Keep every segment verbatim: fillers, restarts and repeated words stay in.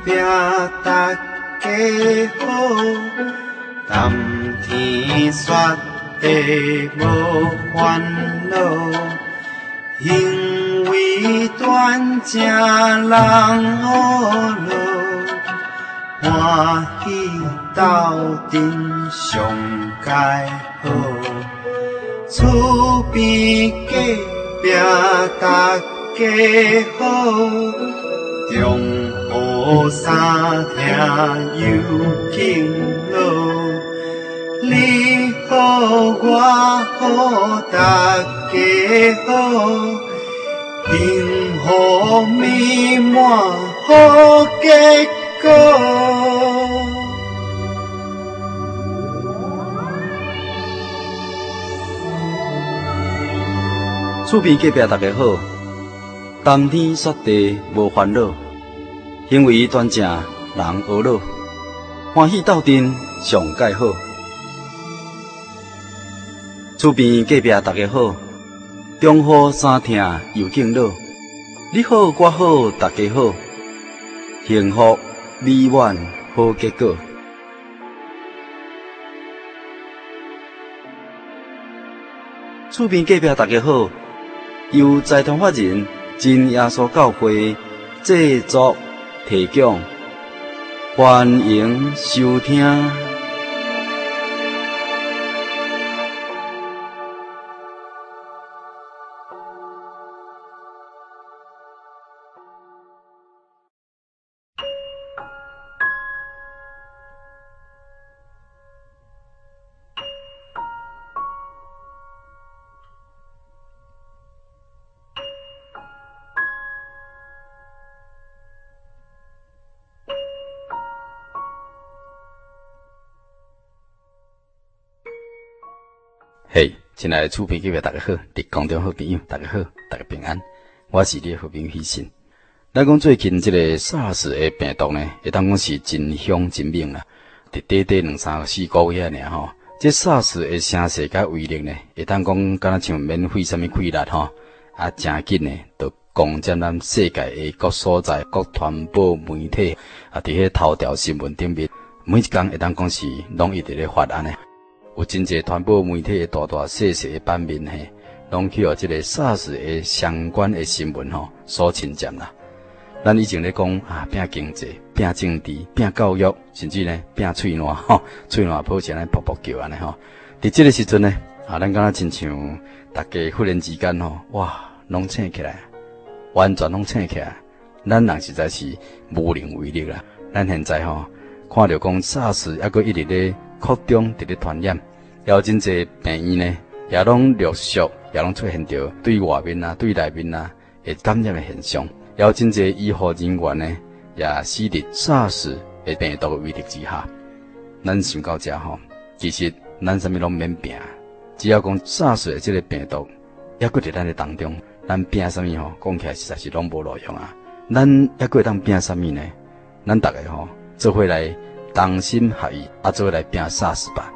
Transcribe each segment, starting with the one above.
壁大家好，谈天说地无烦恼，因为断正人好路，欢喜斗阵上佳好，厝边隔壁大家好，中好三听有敬老，你好我好大家好，幸福美满好结果。 厝边隔壁大家好，谈天说地无烦恼，行为端正人和乐，欢喜斗阵上佳好。厝边隔壁大家好，中好三听又敬老，你好我好大家好，幸福美满好结果。厝边隔壁大家好，由财团法人真耶稣教会制作提供，欢迎收听。嘿，亲爱的厝边隔壁大家好，伫空中好朋友大家好，大家平安，我是你的好朋友喜信。咱讲最近这个 SARS 的病毒呢，会当讲是真凶真猛啦，伫短短两三四个月尔吼，这 SARS 的声势甲威力呢，会当讲敢若像免费什么开力吼，啊，真紧呢，就攻占咱世界的各所在、各传播媒体啊，伫迄头条新闻顶面，每一天会当讲是拢一直咧发案呢。有真侪传播媒体的大大细细的版面嘿，拢去互即个 SARS 的相关的新闻吼所侵占啦。咱以前咧讲啊，拼经济、拼政治、拼教育，甚至呢拼喙烂吼，喙烂抱起来噗噗叫安尼吼。伫即个时阵呢，啊，咱敢若亲像大家忽然之间吼，哇，拢醒起来，完全拢醒起来，咱人实在是无能为力啦。咱现在吼，看到讲 SARS 抑阁一直咧扩张，直咧传染，也有真侪病院呢，也拢陆续也拢出现着对外面啊、对内面啊会感染的现象，也有真侪医护人员呢，也死伫 SARS 的病毒的威力之下。咱想到这吼，其实咱啥物拢免拼，只要讲 SARS 的这个病毒，抑阁伫咱的当中，咱拼啥物吼，讲起来实在是拢无路用啊。咱抑阁会当拼啥物呢？咱大家吼，做伙来同心合意，啊，做伙来拼 SARS 吧。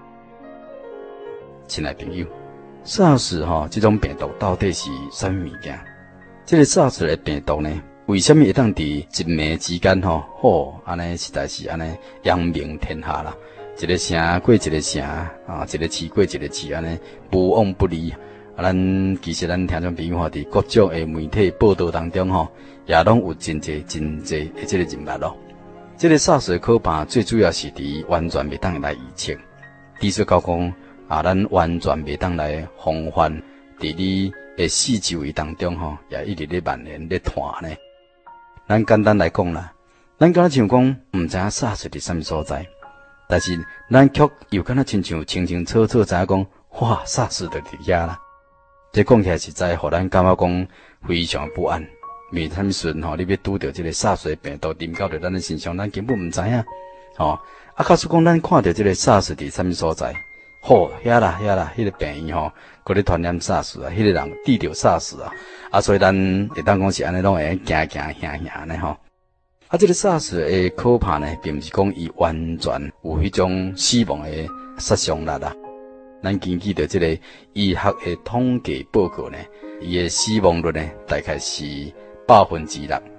亲爱朋友 ，SARS 吼，这种病毒到底是啥物物件？这个 SARS 的病毒呢，为什么会当伫一暝之间吼，吼安尼实在是安尼扬名天下啦？一个城过一个城啊，一个市过一个市安尼无往不利。啊，咱其实咱听众朋友吼，伫各种的媒体报道当中吼，也拢有真侪真侪的这个人物咯。这个 SARS 的可怕，最主要是伫完全袂当来预测，至少到讲啊，咱完全袂当来防范，伫你的四周围当中吼，也一直咧蔓延咧传呢。咱简单来讲啦，咱敢若像讲毋知影 SARS 伫啥物所在，但是咱却又敢若亲像清清楚楚知影讲，哇 ，SARS 就伫遐啦。这讲起来实在互咱感觉讲非常不安。因为啥物时阵吼，你要拄着这个 SARS 的病毒临到着咱的身上，咱根本毋知影。吼，啊，假使讲咱看到这个 SARS 伫啥物所在，吼，遐啦遐啦，迄、那个病院吼，搁咧传染 SARS 啊，迄、那个人得着 SARS 啊，啊，所以咱会当讲是安尼拢会行行行行安尼吼。啊，这个 SARS 的可怕呢，并毋是讲伊完全有迄种死亡的杀伤力啦。咱根据着这个医学的统计报告呢，伊的死亡率呢，大概是百分之六。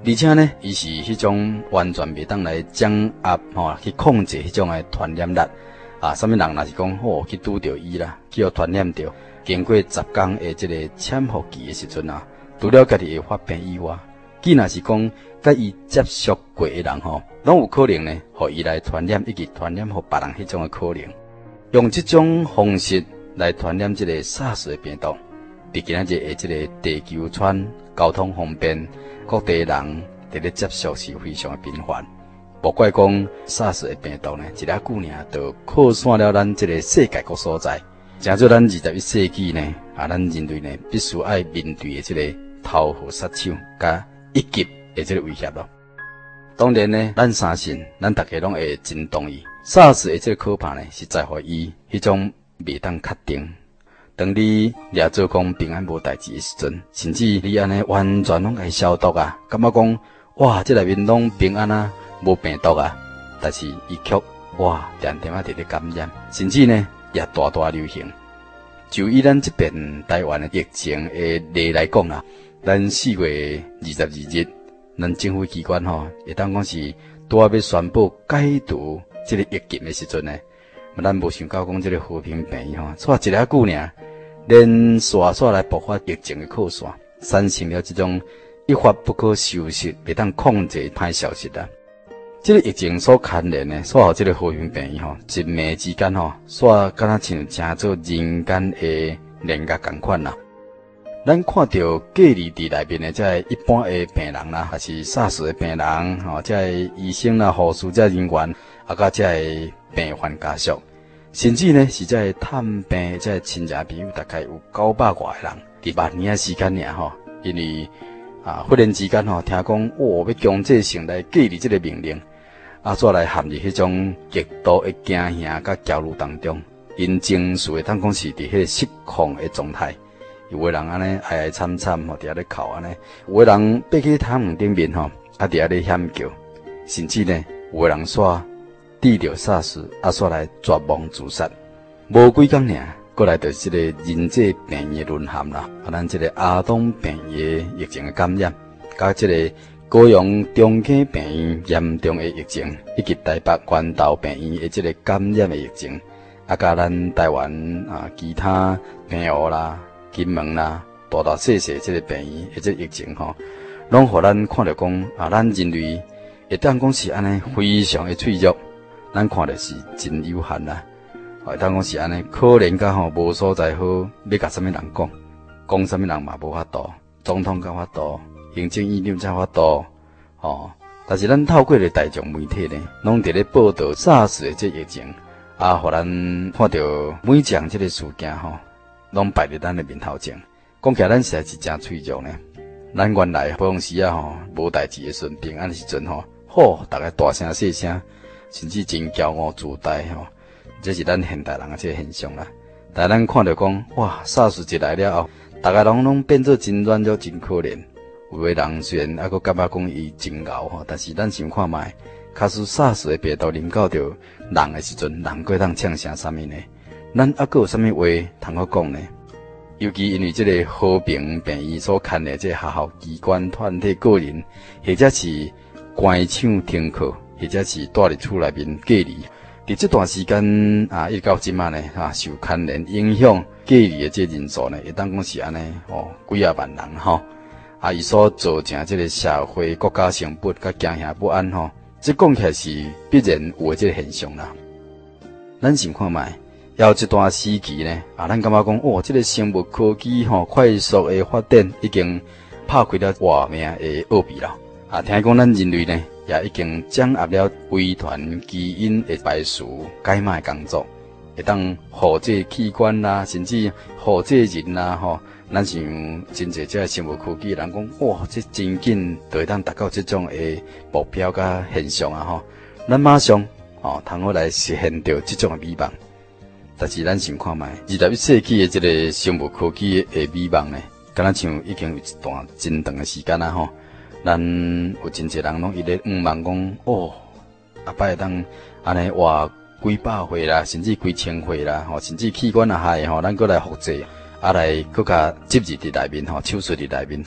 而且呢，伊是迄种完全袂当来掌握吼，去控制迄种诶传染力啊。啥物人若是讲哦去拄着伊啦，去互传染着，经过十天诶即个潜伏期诶时阵啊，除了家己会发病以外，既若是讲甲伊接触过诶人吼，拢有可能呢，互伊来传染以及传染互别人迄种诶可能。用即种方式来传染即个 SARS 诶病毒，伫今仔日诶即个地球村交通方便，各地人伫咧接触是非常诶频繁。无怪讲 SARS 诶病毒呢，一粒久尔就扩散了咱即个世界各所在。诚做咱二十一世纪呢，啊，咱人类呢必须爱面对诶即个头号杀手，甲一级诶即个威胁咯。当然呢，咱相信咱大家拢会真同意 ，SARS 诶即个可怕呢，是在乎伊迄种袂当确定。当你掠做讲平安无代志诶时阵，甚至你安尼完全拢爱消毒啊，感觉讲哇，这内面拢平安啊，无病毒啊，但是伊却哇，点点啊直咧感染，甚至呢也大大流行。就以咱这边台湾诶疫情诶例来讲啦，咱四月二十二日。咱政府机关吼，会当讲是拄啊要宣布解除这个疫情的时阵呢，咱无想到讲这个和平病院吼，错一个久尔，连刷刷来爆发疫情的扩散，产生了这种一发不可收拾、袂当控制歹消息啦。这个疫情所牵连呢，所有这个和平病院吼，一暝之间吼，煞敢若像诚做人间的炼狱共款啦。咱看到隔离伫内面的这一般的病人啦，还是 SARS 的病人，吼，这医生啦、护士这人员，啊，甲这病患家属，甚至呢是这探病这亲戚朋友，大概有九百外个人，伫万年的时间尔吼，因为啊，忽然之间吼，听讲哦，要强制性来隔离这个命令，啊，再来陷入迄种极度的惊吓甲焦虑当中，因情绪当讲是伫迄个失控的状态。有个人安尼哀哀惨惨吼，伫遐咧哭安尼；有个人爬去窗户顶面吼，啊伫遐咧喊叫；甚至呢，有个人煞得着 SARS， 啊煞来绝望自杀。无几工尔，过来就是这个人际病院沦陷啦，啊咱这个儿童病院疫情的感染，甲这个高雄中间病院严重的疫情，以及台北关岛病院的这个感染的疫情，啊甲咱台湾啊其他病湖啦。金门啦，大大小小这个病院，或者疫情吼，拢互咱看着讲啊，咱人类会当讲是安尼非常的脆弱，咱看着是真有限啦。会当讲是安尼，可怜甲吼无所在好，要甲啥物人讲，讲啥物人嘛无法度，总统甲法度，行政院长才法度，吼。但是咱透过咧大众媒体呢，拢伫咧报道 SARS 的这疫情，啊，互咱看着每件这个事件吼。拢摆伫咱的面头前，讲起来咱实在是真脆弱呢。咱原来保养时啊吼，无代志的时阵，平安的时阵吼，好，大家大声细声，甚至真骄傲自大吼，这是咱现代人的这个现象啦。但咱看到讲，哇，SARS一来了后，大家拢拢变做真软弱、真可怜。有个人虽然还佫感觉讲伊真熬吼，但是咱想看觅，假使 SARS 的病毒临到着人的时阵，人佫当呛声啥物呢？咱还佫有啥物话通好讲呢？尤其因为这个和平病院所牵的这个学校机关、团体、个人，或者是关厂停课，或者是住伫厝内面隔离，伫这段时间啊，一直到今嘛呢，啊，受牵连影响隔离的这人数呢，会当讲是安尼哦，几啊万人吼，啊，伊所造成这个社会国家成本甲惊吓不安吼，这讲起来是必然有的这个现象啦。咱想看觅。要这段时期呢，啊，咱感觉讲，哦，这个生物科技吼快速的发展，已经拍开了活命的奥秘了。啊，听讲咱人类呢，也已经掌握了遗传基因的排除解码工作，会当护这器官啦，甚至护这人啦，吼，咱像真侪这生物科技的人讲，哇，这真紧就会当达到这种的目标甲现象啊，吼，咱马上哦，通好来实现到这种的美梦。但是咱想看觅，二十一世纪的这个生物科技的美梦呢，敢若像已经有一段真长的时间啊吼。咱有真侪人拢一直毋望讲，哦，后摆会当安尼活几百岁啦，甚至几千岁啦，吼，甚至器官啊害吼，咱搁来复制，啊来搁甲植入伫内面吼，手术伫内面吼，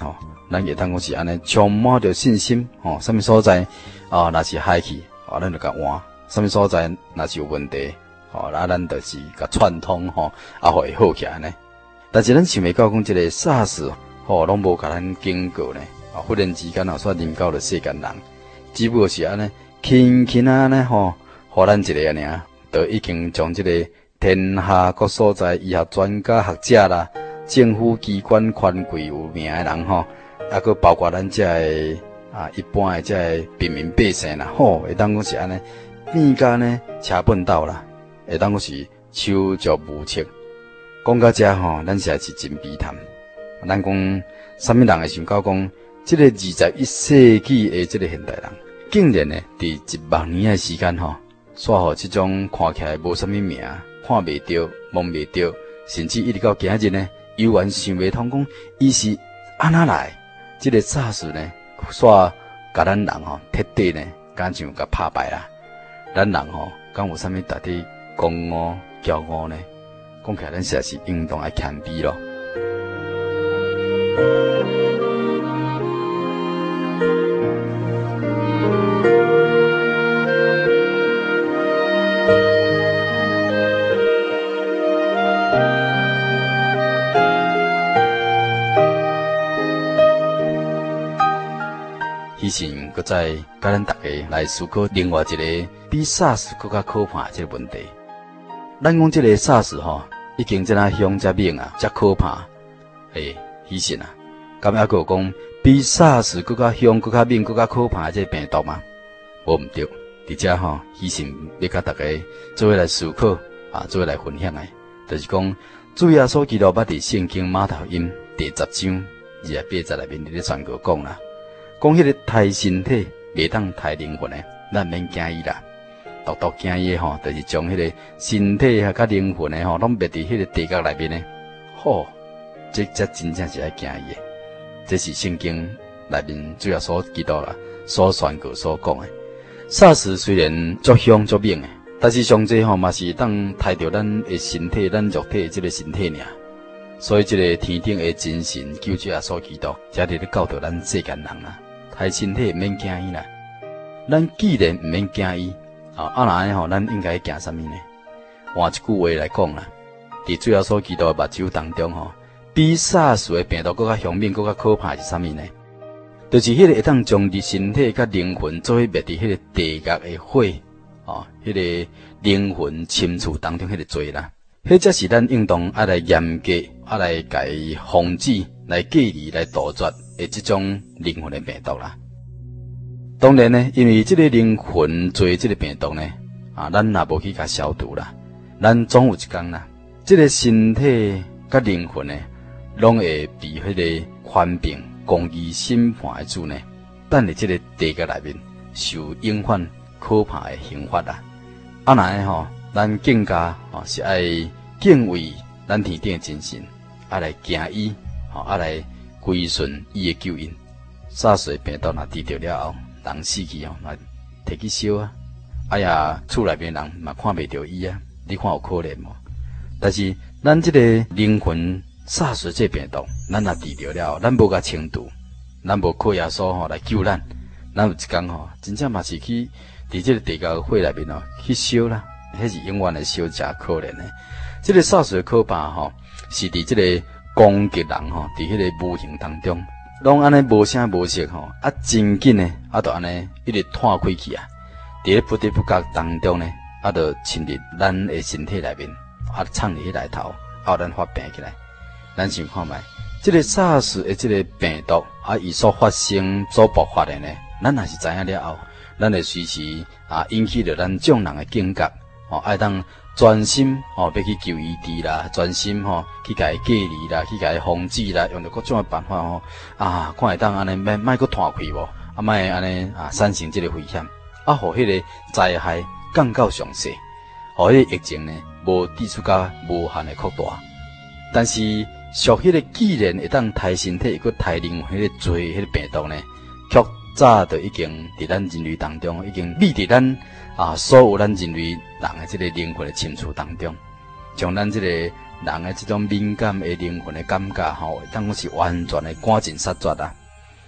咱会当讲是安尼充满着信心吼，什么所在啊，若是海去，啊，咱就甲换；什么所在若是有问题，吼，那咱就是甲串通吼，啊，会好起来呢。但是咱想袂到讲这个 SARS 吼，拢无甲咱警告呢，啊，忽然之间啊，煞临到了世间人，只不过是安尼轻轻啊呢吼，互咱一个安尼啊，就已经将这个天下各所在医学专家学者啦。政府机关权贵有名的人吼，啊，佮包括咱这个啊一般的这个平民百姓啦，吼，会当讲是安尼，变甲呢车笨斗啦，会当讲是手足无措。讲到这吼，咱实在是真悲叹。咱讲，啥物人会想到讲，这个二十一世纪的这个现代人，竟然呢，伫一万年的时间吼，煞互这种看起来无啥物名，看袂着、摸袂着，甚至一直到今日呢。犹原想袂通讲，伊是安那来？这个 SARS 呢，煞甲咱人吼，彻底呢，敢像甲拍败啦。咱人吼，敢有啥物值得骄傲、骄傲呢？讲起来，咱实在是应当爱谦卑咯。以前搁再甲咱大家来思考另外一个比 SARS 更加可怕的这个问题。咱讲这个 SARS 吼，已经这样凶这猛啊，这可怕，诶，以前啊，敢还佫有讲比 SARS 更加凶、更加猛、更加可怕的这个病毒吗？无毋对，而且吼，以前要甲大家做伙来思考啊，做伙来分享的，就是讲主耶稣基督捌伫圣经马太福音第十章二十八节内面咧宣告讲啦。讲迄个杀身体袂当杀灵魂诶，咱免惊伊啦。独独惊伊诶吼，就是将迄个身体啊、甲灵魂诶吼，拢灭伫迄个地狱内面诶。吼，这这真正是爱惊伊诶。这是圣经内面主要所基督啦，所宣告所讲诶。SARS虽然足凶足猛诶，但是上济吼嘛是当杀着咱诶身体、咱肉体即个身体尔。所以这个天顶诶真神救主耶稣基督，才伫咧教导咱世间人啦。杀身体毋免惊伊啦，咱既然毋免惊伊，啊，啊那安尼吼，咱应该惊啥物呢？换一句话来讲啦，伫主耶稣基督诶目睭当中吼，比 SARS 诶病毒更加凶猛、更加可怕是啥物呢？就是迄个会当将你身体甲灵魂做伙灭伫迄个地狱诶火，哦，迄个灵魂深处当中迄个罪啦，迄才是咱应当爱来严格、爱来甲伊防止、来隔离、来杜绝。诶，这种灵魂的病毒啦，当然呢，因为这个灵魂罪这个病毒呢，啊，咱也无去甲消毒啦，咱总有一天啦，这个身体甲灵魂呢，拢会被迄个权柄、公义审判的主呢，等伫这个地狱内面受永远可怕的刑罚啦。啊，那呢吼，咱更加吼是爱敬畏咱天顶的真神，爱来敬伊，吼，爱来。归顺伊的救恩，SARS病毒若治疗了后，人死去哦，嘛摕去烧啊！哎呀，厝内面人嘛看袂着伊啊，你看有可怜无？但是咱这个灵魂 SARS 这病毒，咱若治疗了后，咱无甲清除，咱无靠耶稣吼来救咱，咱有一天吼，真正嘛是去伫这个地狱火内面哦去烧啦，迄是永远的烧，真可怜的。这个 SARS 的可怕吼，是伫这个。攻击人吼，伫迄个无形当中，拢安尼无声无息吼，啊真紧呢，啊就安尼一直摊开去啊，伫咧不知不觉当中呢，啊就侵入咱的身体内面，啊藏伫迄内头，啊咱发病起来。咱想看觅，这个 SARS 的这个病毒啊，伊所发生所爆发的呢，咱若是知影了后，咱会随时啊引起着咱众人的警觉，吼、哦，爱当。专心吼，要去求医治啦，专心吼去甲伊隔离啦，去甲伊防止啦，用着各种诶办法吼啊，看会当安尼，莫莫搁拖开无，啊莫安尼啊，产生即个危险，啊，互迄个灾害降到上细，互迄个疫情呢无递出甲无限诶扩大。但是属迄个既然会当杀身体，又搁杀灵魂迄个罪迄个病毒呢，却早就已经伫咱人类当中已经秘伫咱。啊，所有咱人类人的这个灵魂的深处当中，将咱这个人的这种敏感的灵魂的感觉吼，当讲是完全的赶尽杀绝啊！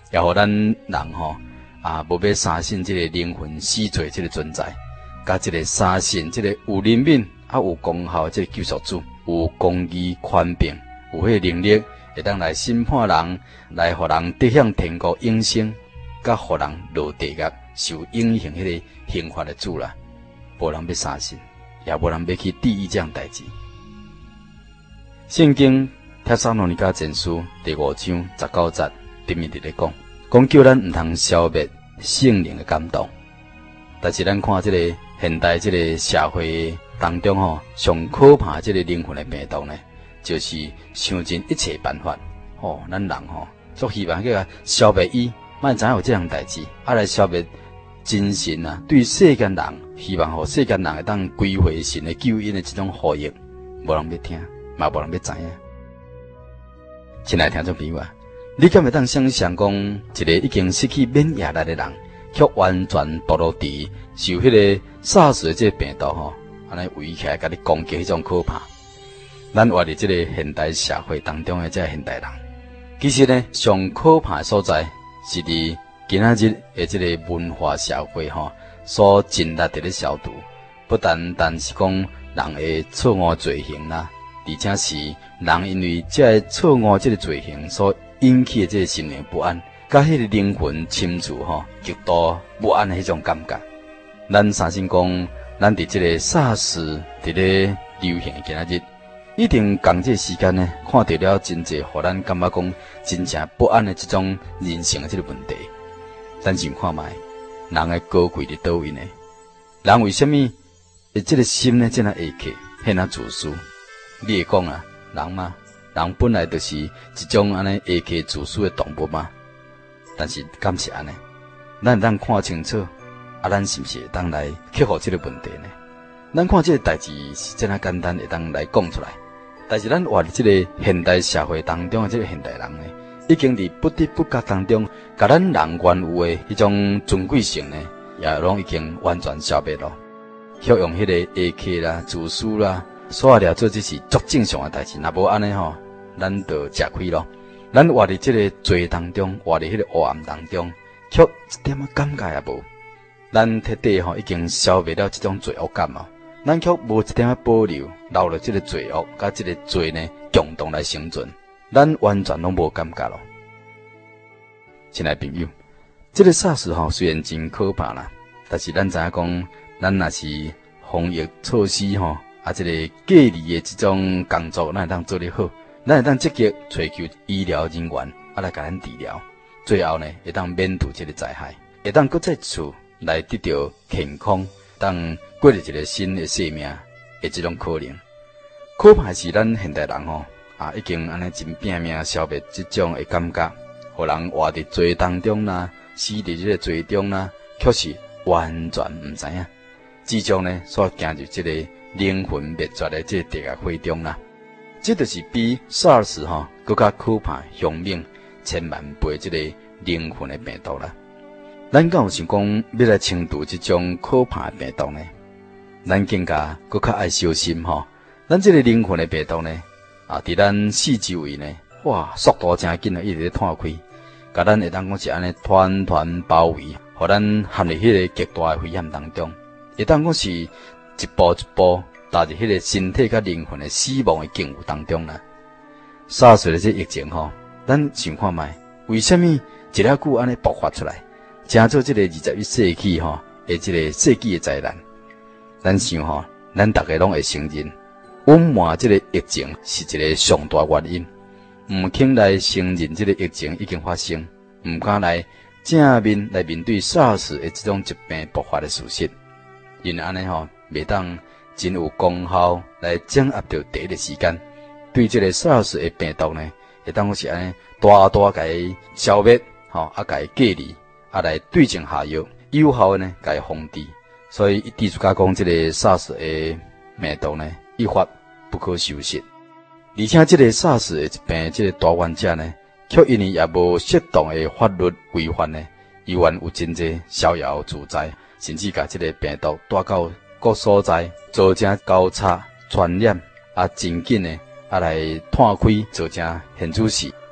也互咱人吼啊，无要相信这个灵魂死罪这个存在，甲这个相信这个有灵敏啊有功效这个救赎主，有公义宽平，有迄个能力会当来审判人，来互人得享天国永生，甲互人落地狱受永恒迄个刑罚的主啦。无人要相信，也无人要去注意这样代志。圣经帖撒罗尼迦前书第五章十九节对面伫咧讲，讲叫咱毋通消灭圣灵的感动。但是咱看这个现代这个社会当中吼，上可怕这个灵魂的病毒呢，就是想尽一切办法，吼、哦，咱人吼，足希望叫消灭伊，莫知有这样代志，啊来消灭真神啊，对世间人，希望互世间人会当归回神的救恩的这种呼吁，无人要听。嘛无人要知影，亲爱的听众朋友啊，你敢会当想象讲，一个已经失去免疫力的人，却完全堕落伫受迄个 SARS 的这个病毒吼，安尼围起来甲你攻击迄种可怕。咱活伫这个现代社会当中的这个现代人，其实呢，上可怕的所在是伫今仔日的这个文化社会吼，所尽力伫咧消除，不单单是讲人的错误罪行啦。而且是人因为这错误这个罪行所引起的这个心灵不安，甲迄个灵魂深处吼极度不安的迄种感觉。咱相信讲，咱伫这个 SARS 伫咧流行的今仔日，一定共这时间呢，看到了真侪互咱感觉讲真正不安的这种人性的这个问题。咱想看卖，人的高贵伫倒位呢？人为什么会这个心呢这样下去，遐尔自私？你会讲啊，人嘛，人本来就是一种安尼下气自私的动物嘛。但是敢是安尼，咱会当看清楚，啊，咱是不是会当来克服这个问题呢？咱看这个代志是真啊简单，会当来讲出来。但是咱活伫这个现代社会当中的这个现代人呢，已经伫不知不觉当中，甲咱人原有的迄种尊贵性呢，也拢已经完全消灭了。却用迄个下气啦、自私啦。所了做这是足正常的代志，若无安尼吼，咱就吃亏咯。咱活伫这个罪当中，活伫迄个黑暗当中，却一点仔感觉也无。咱彻底吼已经消灭了这种罪恶感哦，咱却无一点仔保留，留了这个罪恶，甲这个罪呢共同来生存，咱完全拢无感觉咯。亲爱的朋友，这个 SARS 吼虽然真可怕啦，但是咱知影讲，咱若是防疫措施吼。啊，这个隔离的这种工作，咱会当做得好，咱会当积极找求医疗人员啊来甲咱治疗，最后呢会当免除这个灾害，会当搁再厝来得到健康，当过入一个新的生命的这种可能。可怕是咱现代人吼啊，已经安尼真拼命消灭这种的感觉，互人活伫罪当中啦，死伫这个罪中啦，却是完全唔知影，即将呢所行入这个。灵魂灭绝的这地狱火中啦，这就是比 SARS 吼更加可怕、凶猛千万倍这个灵魂的病毒啦。咱敢有想讲要来清除这种可怕的病毒呢？咱更加更加爱小心吼。咱这个灵魂的病毒呢，啊，伫咱四周围呢，哇，速度真紧啊，一直咧拓开，甲咱会当讲是安尼团团包围，互咱陷入迄个极大的危险当中，会当讲是。一步一步踏入迄个身体甲灵魂的死亡的境遇当中啦。SARS的这疫情吼，咱想看卖，为什么一了久安尼爆发出来，成做这个二十一世纪吼的这个世纪的灾难？咱想吼，咱大家拢会承认，隐瞒这个疫情是一个上大原因，唔肯来承认这个疫情已经发生，唔敢来正面来面对 SARS 的这种疾病爆发的事实，因为安尼吼。袂当真有功效来掌握到第一个时间，对这个 SARS 的病毒呢，会当是安尼大大甲伊消灭，吼啊甲伊隔离，啊来对症下药，有效的呢甲伊防治。所以艺术家讲，这个 SARS 的病毒呢，一发不可收拾。而且这个 SARS 的疾病，这个大患者呢，却因为也无适当的法律规范呢，依然有真侪逍遥自在，甚至甲这个病毒带到。各所在造成交叉传染，啊，真紧的啊来探开造成现主事，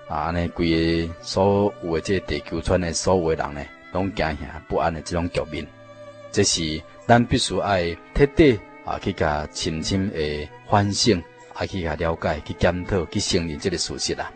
啊，安尼规个所有的这地球村的所有的人呢，拢惊吓不安的这种局面，这是咱必须爱彻底啊去甲深深的反省，啊去甲了解、去检讨、去承认这个事实啦。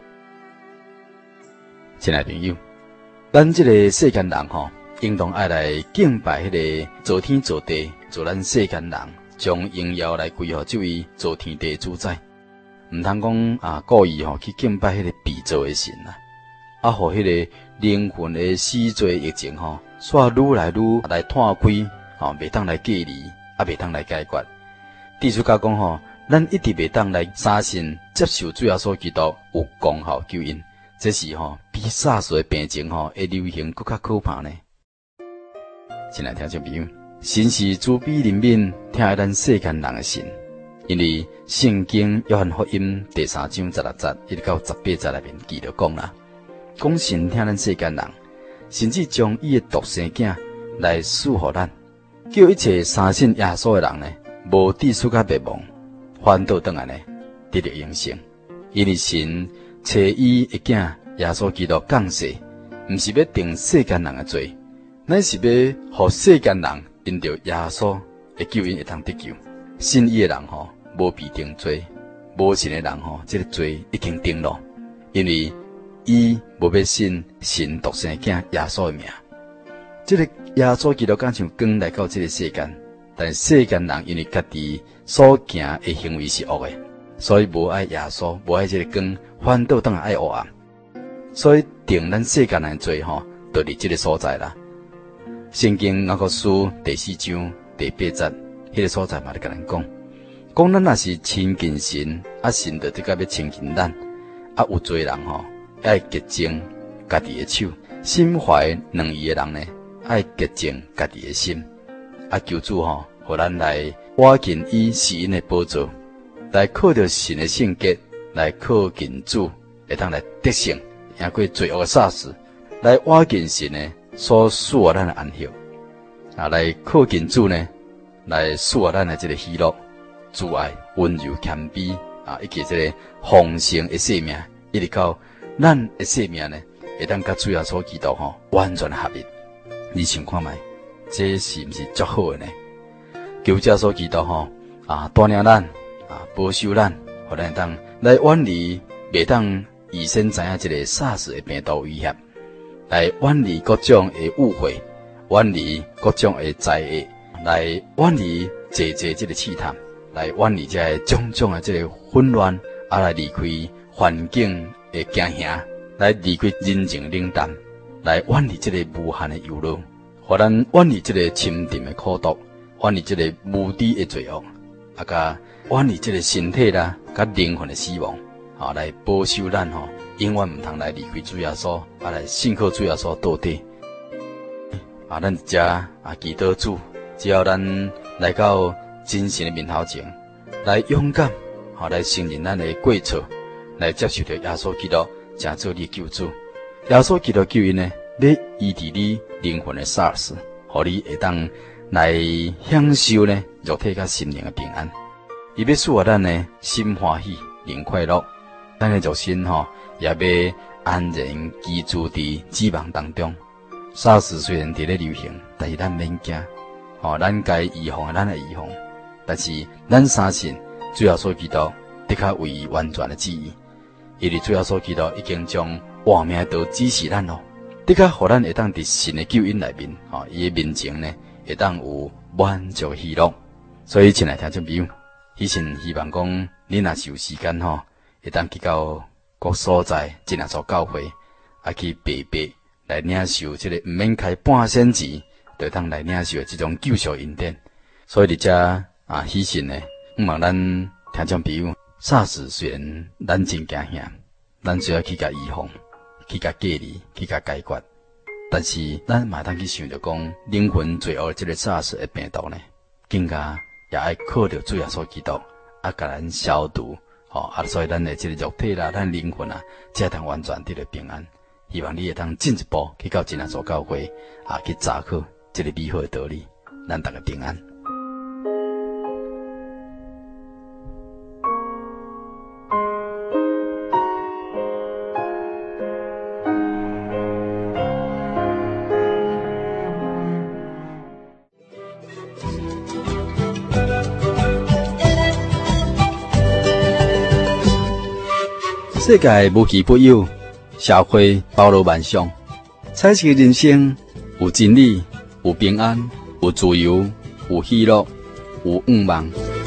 亲爱的朋友，咱这个世间人吼，应当爱来敬拜迄个造天造地造咱世间人，将荣耀来归予这位造天地主宰。毋通讲啊，故意吼去敬拜迄个被造的神啦，啊，互迄个灵魂的死罪疫情吼，煞愈来愈来探开，吼，袂当来隔离，啊，袂当来解决。地主家讲吼，咱一直袂当来相信接受主耶稣基督有功效救恩，这是吼比SARS的病情吼会流行更较可怕呢。亲爱听众朋友，神是慈悲怜悯、疼爱咱世间人的神。因为圣经约翰福音第三章十六节一直到十八节内面记着讲啦，讲神疼咱世间人，甚至将伊的独生囝来赐予咱，叫一切相信耶稣的人呢，无致死甲灭亡，反倒转来呢得到永生。因为神找伊的囝耶稣基督降世，毋是要定世间人的罪，乃是要互世间人因着耶稣的救恩会当得救。信伊的人吼，无被定罪；无信的人吼，这个罪已经定了，因为伊无要信神独生囝耶稣的名。这个耶稣基督敢像光来到这个世间，但世间人因为家己所行的行为是恶的，所以无爱耶稣，无爱这个光，反倒当然爱黑暗。所以定咱世间人的罪吼，就伫这个所在啦。圣经雅各书第四章第八节。迄个所在嘛，咧甲咱讲，讲咱若是亲近神，啊神就得甲要亲近咱，啊有罪人吼，爱洁净家己的手，心怀两意的人呢，爱洁净家己的心，啊求主吼，互咱来挖近伊施恩的宝座，来靠着神的圣洁，来靠近主，会当来得胜，赢过罪恶的SARS，来挖近神呢所赐予咱的安息，啊来靠近主呢。来赐予咱的这个喜乐、慈爱、温柔、谦卑啊，以及这个丰盛的生命，一直到咱的生命呢，会当甲主耶稣基督吼完全合一。你想看卖，这是毋是足好的呢？求主耶稣基督吼啊，带领咱啊，保守咱，互咱当来远离袂当预先知影这个SARS的病毒威胁，来远离各种的误会，远离各种的灾厄。来远离坐坐这个试探，来远离这种种的这个混乱，啊来离开环境的惊吓，来离开人情冷淡，来远离这个无限的忧虑，互咱远离这个深沉的苦毒，远离这个无知的罪恶，啊甲远离这个身体啦，甲灵魂的死亡，啊来保守咱吼，永远唔通来离开主耶稣，啊来信靠主耶稣到底。啊，咱一家啊祈祷主。只要咱来到真神的面头前，来勇敢，好来承认咱的过错，来接受着耶稣基督，成做你救主。耶稣基督救恩呢，要医治你灵魂的SARS，互你会当来享受呢肉体甲心灵的平安。伊要赐予咱呢心欢喜、灵快乐，咱的肉身吼也要安然居住伫指望当中。SARS虽然伫咧流行，但是咱免惊。吼、哦，咱该预防，咱来预防。但是咱相信，主耶稣基督的确为伊完全的旨意，因为主耶稣基督已经将活命都指示咱咯，的确，互咱会当伫神的救恩内面，吼、哦，伊的面前呢，会当有满足喜乐。所以，亲爱听众朋友，迄时希望讲，你若是有时间吼，会当去到各所在，真耶稣教会，啊去白白来领受这个毋免开半仙钱。就当来领受这种救赎恩典，所以伫遮啊，希信呢，毋望咱听众朋友SARS虽然咱真惊吓，咱需要去甲预防，去甲隔离，去甲解决，但是咱嘛当去想着讲，灵魂罪恶这个SARS的病毒呢，更加也爱靠着主耶稣基督，啊，甲咱消毒，吼、哦，啊，所以咱的这个肉体啦，咱灵魂啊，才当完全得到平安。希望你会当进一步去到真耶稣教会啊，去查考。这个美好的道理，咱大家平安。 世界无奇不有，社会包罗万象。彩色人生有真理，有平安，有自由，有喜乐，有愿望。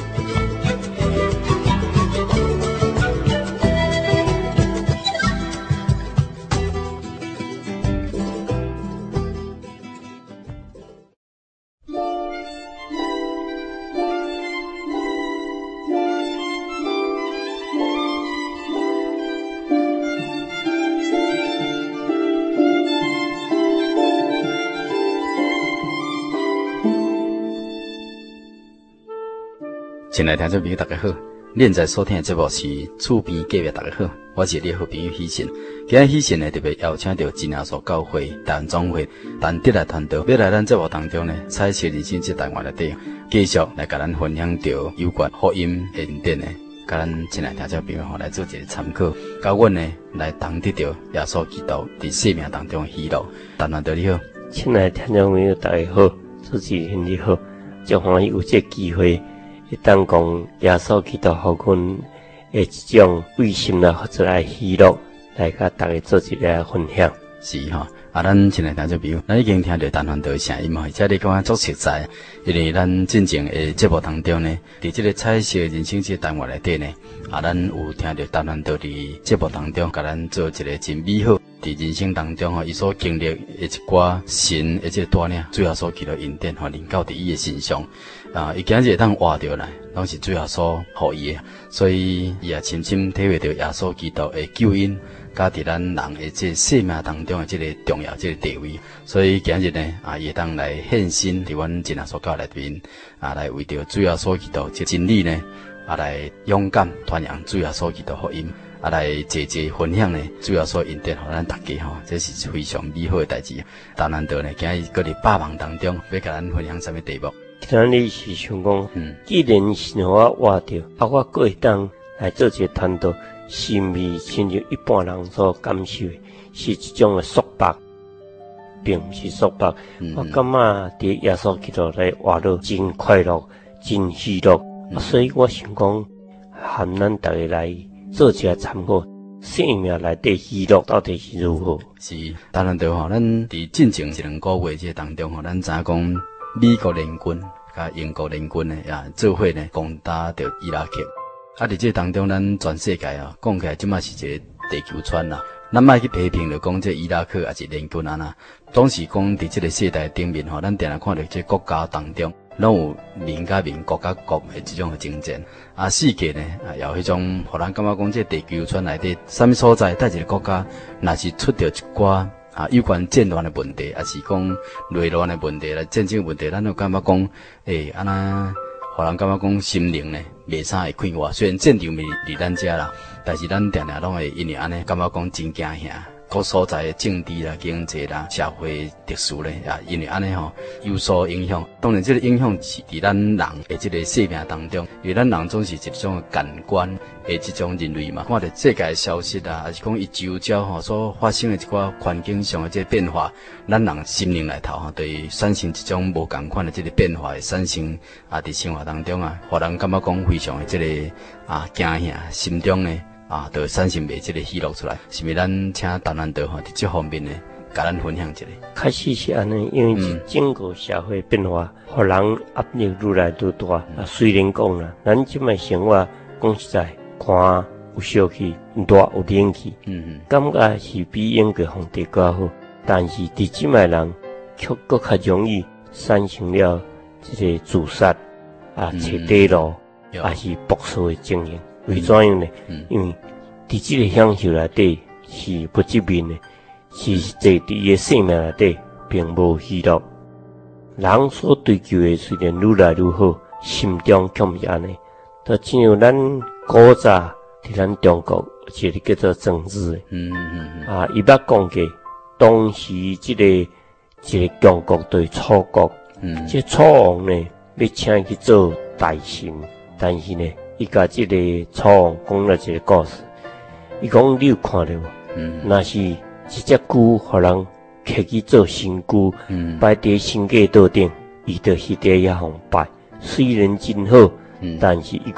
亲爱的听众朋友，大家好！恁在收听的节目是《厝边隔壁》，大家好，我是你的好朋友喜信。今日喜信呢特别邀请到真耶稣教会台湾总会陈德来传道，要来咱节目当中呢，彩色人生这单元内底，继续来甲咱分享到有关福音恩典呢，甲咱亲爱的听众朋友吼来做一个参考，甲阮呢来同得到耶稣基督伫生命当中的喜乐。陈传道你好， 亲爱的听众朋友，大家好，主持人你好，真欢喜有这机会。会当讲耶稣基督互阮的一种为心啦，或者来喜乐，来甲大家做一个分享。 是吼，啊，咱亲爱的听众朋友，咱已经听到陈传道的声音吼，而且你感觉足实在，因为咱进前的节目当中呢，伫这个彩色人生这单元内底呢，啊，咱有听到陈传道伫节目当中，甲咱做一个真美好。伫人生当中吼，伊所经历的一寡神的这个带领，最后所记录恩典吼，临到伫伊的身上，啊，伊今日会当活着来，拢是最后所予伊的，所以伊也深深体会到耶稣基督的救恩，甲伫咱人的这个生命当中的这个重要这个地位，所以今日呢，啊，伊会当来献身伫阮真耶稣教内面，啊，来为着最后所基督这真理呢，啊，来勇敢传扬最后所基督福音。啊，来坐坐分享呢，主要所恩典互咱大家吼，这是非常美好的代志。陈传道呢，今日搁伫百忙当中，要甲咱分享什么题目？ 今日是想讲， 嗯， 既然是我活着，啊，我搁会当来做一个传道，是毋是亲像一般人所感受的，是一种的束缚，并毋是束缚。嗯、我感觉伫耶稣基督来活着真快乐，真喜乐、嗯啊，所以我想讲，含咱大家来。做一个参考，生命内底喜乐到底是如何？ 是，当然着吼，咱伫进前一两个月这当中吼，咱知影讲美国联军甲英国联军呢，也做伙呢攻打着伊拉克。啊，伫这当中，咱全世界啊，讲起来即马是一个地球村啦。咱莫去批评着讲这伊拉克也是联军安那，总是讲伫这个世代顶面吼，咱定来看到这国家当中。拢有民甲民、国甲国的这种的征战，啊，世界呢，啊，有迄种，互人感觉讲，这地球村内底，什么所在，带一个国家，若是出着一寡啊有关战乱的问题，还是讲内乱的问题、来战争问题，咱就感觉讲，诶、欸，安那，互人感觉讲心灵呢，袂啥会快活。虽然战场袂伫咱遮啦，但是咱定定拢会因为安尼感觉讲真惊吓。各所在的政治啦、经济啦、社会特殊咧，啊，因为安尼吼有所影响。当然，这个影响是伫咱人的这个生命当中，因为咱人总是一种感官的这种人类嘛，看到世界的消息啊，还是讲伊周遭吼所发生的一寡环境上的这个变化，咱人心灵内头吼，对产生一种无共款的这个变化的产生啊，伫生活当中啊，互人感觉讲非常的这个啊惊吓，心中呢。啊，就产生袂这个喜乐出来，是咪咱请陈传道吼伫这方面呢，甲咱分享一下。 开始是安尼，因为整个社会变化，互、嗯、人压力愈来愈大。啊、嗯，虽然讲啦，咱即卖生活讲实在，看有烧气，大有冷气，嗯嗯，感觉是比英国皇帝较好，但是伫即卖人却搁较容易产生了这个自杀啊、找地路，还是搏杀的情形。为怎样呢？嗯、因为伫即个享受内底是不正面的，是坐伫伊个生命内底并无喜乐。人所追求的虽然愈来愈好，心中却毋是安尼。就正如咱古早伫咱中国一个叫做政治的，嗯嗯嗯啊，伊捌讲过，当时即、这个一个强国对楚国，嗯，即楚王呢要请伊去做大臣，但是呢。伊甲即个楚王讲了一个故事，伊讲你有看到无？嗯，若是一只龟，互人摕去做神龟，嗯，摆伫神架道顶，伊就迄个也互拜，虽然真好，嗯，但是伊讲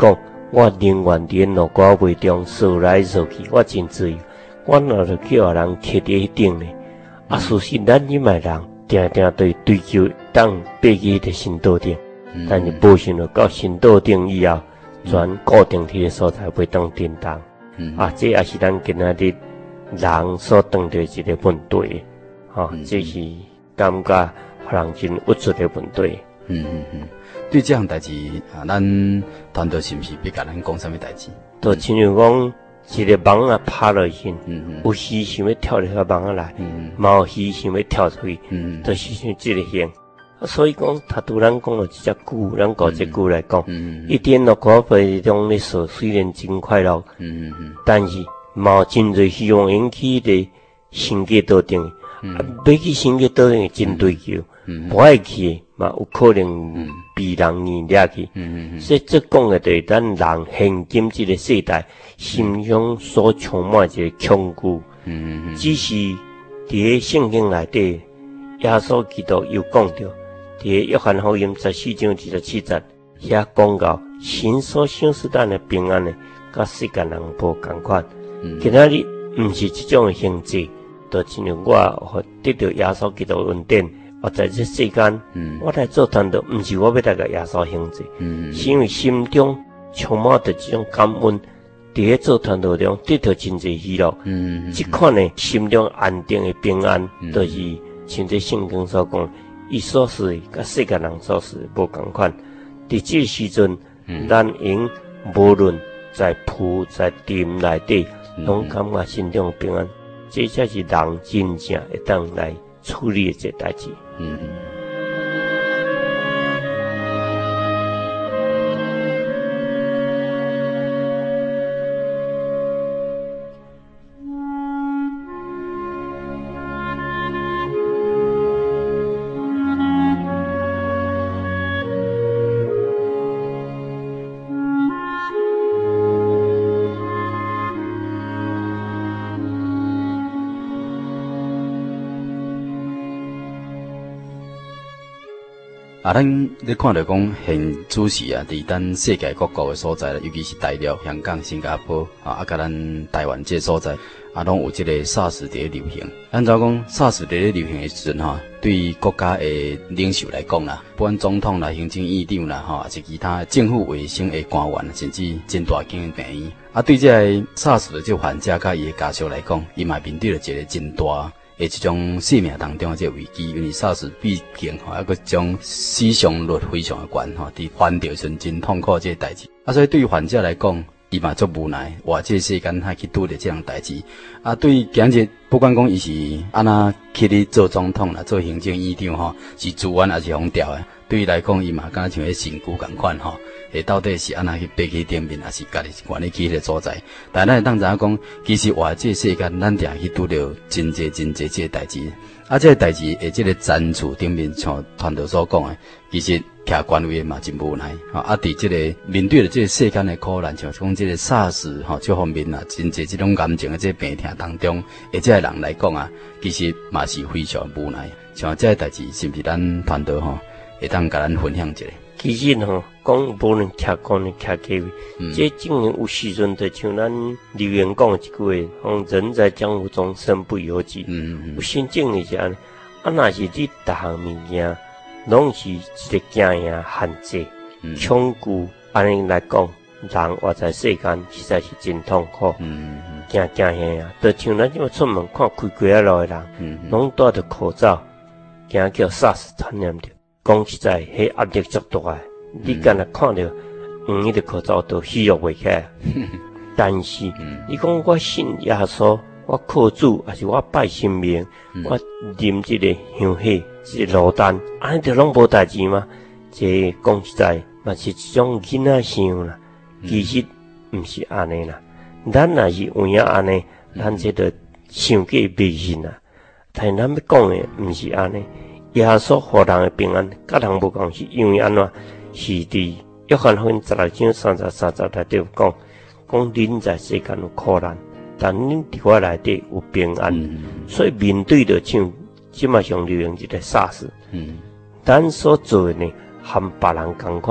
我宁愿伫路瓜袂中扫来扫去，我真自由。我若着叫人徛伫迄顶咧，啊，事实咱即卖人定定对追求当爬去迄个神道顶， 嗯、 但是无想到到神道顶以后，全固定伫个所在袂当震动。 嗯、 啊，这也是咱今仔日人所当着一个问题，吼、哦，嗯、这是感觉互人真有出的问题。 嗯嗯嗯，对这项代志啊，咱团队是毋是要甲咱讲啥物代志？ 就亲像讲，一个网啊拍落去， 嗯嗯， 有时想要跳入个网啊来， 嗯， 嘛有时想要跳出去， 嗯， 就是像这个型。啊，所以讲，他拄咱讲了这只句，咱讲这句来讲， 嗯嗯， 一点落果被中咧说，虽然真快乐， 嗯嗯嗯， 但是嘛有真侪希望引起的神界道定，啊，要去神界道定真追求，不爱去嘛有可能被人硬掠去，嗯嗯，所以这讲的就是咱人现今这个世代心中所充满一个恐惧，嗯嗯，只是伫圣经内底，耶稣基督又讲到。伫约翰福音十四章二十七节，遐讲到神所赏赐咱的平安呢，甲世间人无共款。今仔日毋是即种的形式，就亲像我得到耶稣基督恩典，我在这世间，嗯、我来做团队，毋是我要来甲耶稣形式，嗯、是因为心中充满着这种感恩，伫咧做团队中得到真侪喜乐。嗯，即款呢，心中安定的平安，嗯、就是像这圣经所讲。伊所事甲世界人所事无共款，伫即个时阵，嗯、咱应无论在铺在店内底，拢感觉心中平安，这才是人真正会当来处理的这代志。嗯嗯。 啊，咱咧看到讲现主时啊，伫咱世界各国的所在啦，尤其是大陆、香港、新加坡啊，啊，甲咱台湾这所在啊，拢有即个 SARS 伫咧流行。按照讲 SARS 伫咧流行的时阵吼，对国家的领袖来讲啦，不管总统啦、行政院长啦，吼，还是其他政府卫生的官员，甚至真大间的病院，啊，对这个 SARS 的这个患者甲伊的家属来讲，伊嘛面对了一个真大。诶，一种生命当中的这个危机，因为 SARS 毕竟吼，一个种死伤率非常的悬吼，伫患着时真痛苦这个代志。啊，所以对于患者来讲，伊嘛足无奈，哇，这个世间还去拄着这样代志。啊，对于今日不管讲伊是安那去咧做总统啦，做行政院长吼，是自愿还是封调的，对伊来讲，伊嘛敢像迄身躯共款吼。诶，到底是安那去爬去顶面，还是家己愿意去迄个所在？但咱会当知影讲，其实活这世间，咱定去拄着真济真济这个代志。啊，这个代志诶，这个zan处顶面像团队所讲诶，其实徛官位嘛真无奈。吼，啊，伫这个面对着这个世间的苦难，像讲这个 SARS 吼，这方面啊，真济这种癌症的这个病痛当中，诶，这个人来讲啊，其实嘛是非常无奈。像这个代志，是毋是咱团队吼，会当甲咱分享一下？ 其实吼，讲无论徛官的徛地位，嗯、这证明有时阵就像咱留言讲的一句话，讲人在江湖中身不由己。嗯嗯有先证明是安尼。啊，若是你逐项物件，拢是一个惊吓限制、恐惧，安尼来讲，人活在世间实在是真痛苦。嗯嗯惊惊吓啊！就像咱即么出门看开过啊路的人，嗯拢戴着口罩，惊叫 SARS 传染着。讲实在，迄压力足大诶！嗯、你敢若看到，嗯，迄个口罩都虚弱袂起来。但是，嗯、你讲我信耶稣，我靠主，还是我拜神明，嗯、我啉即个香火，即个罗丹，安尼就拢无代志吗？这讲实在，嘛是一种囡仔想啦。其实毋是安尼啦，咱若是有影安尼，咱这个想过迷信啦。但咱要讲诶，毋是安尼。耶稣互人的平安，甲人无共，是因为安怎？是伫约翰福音十六章三十三十内底有讲，讲恁在世间有苦难，但恁伫我内底有平安。嗯、所以面对着像即马上流行一个 SARS，嗯、咱所做的呢，和别人共款，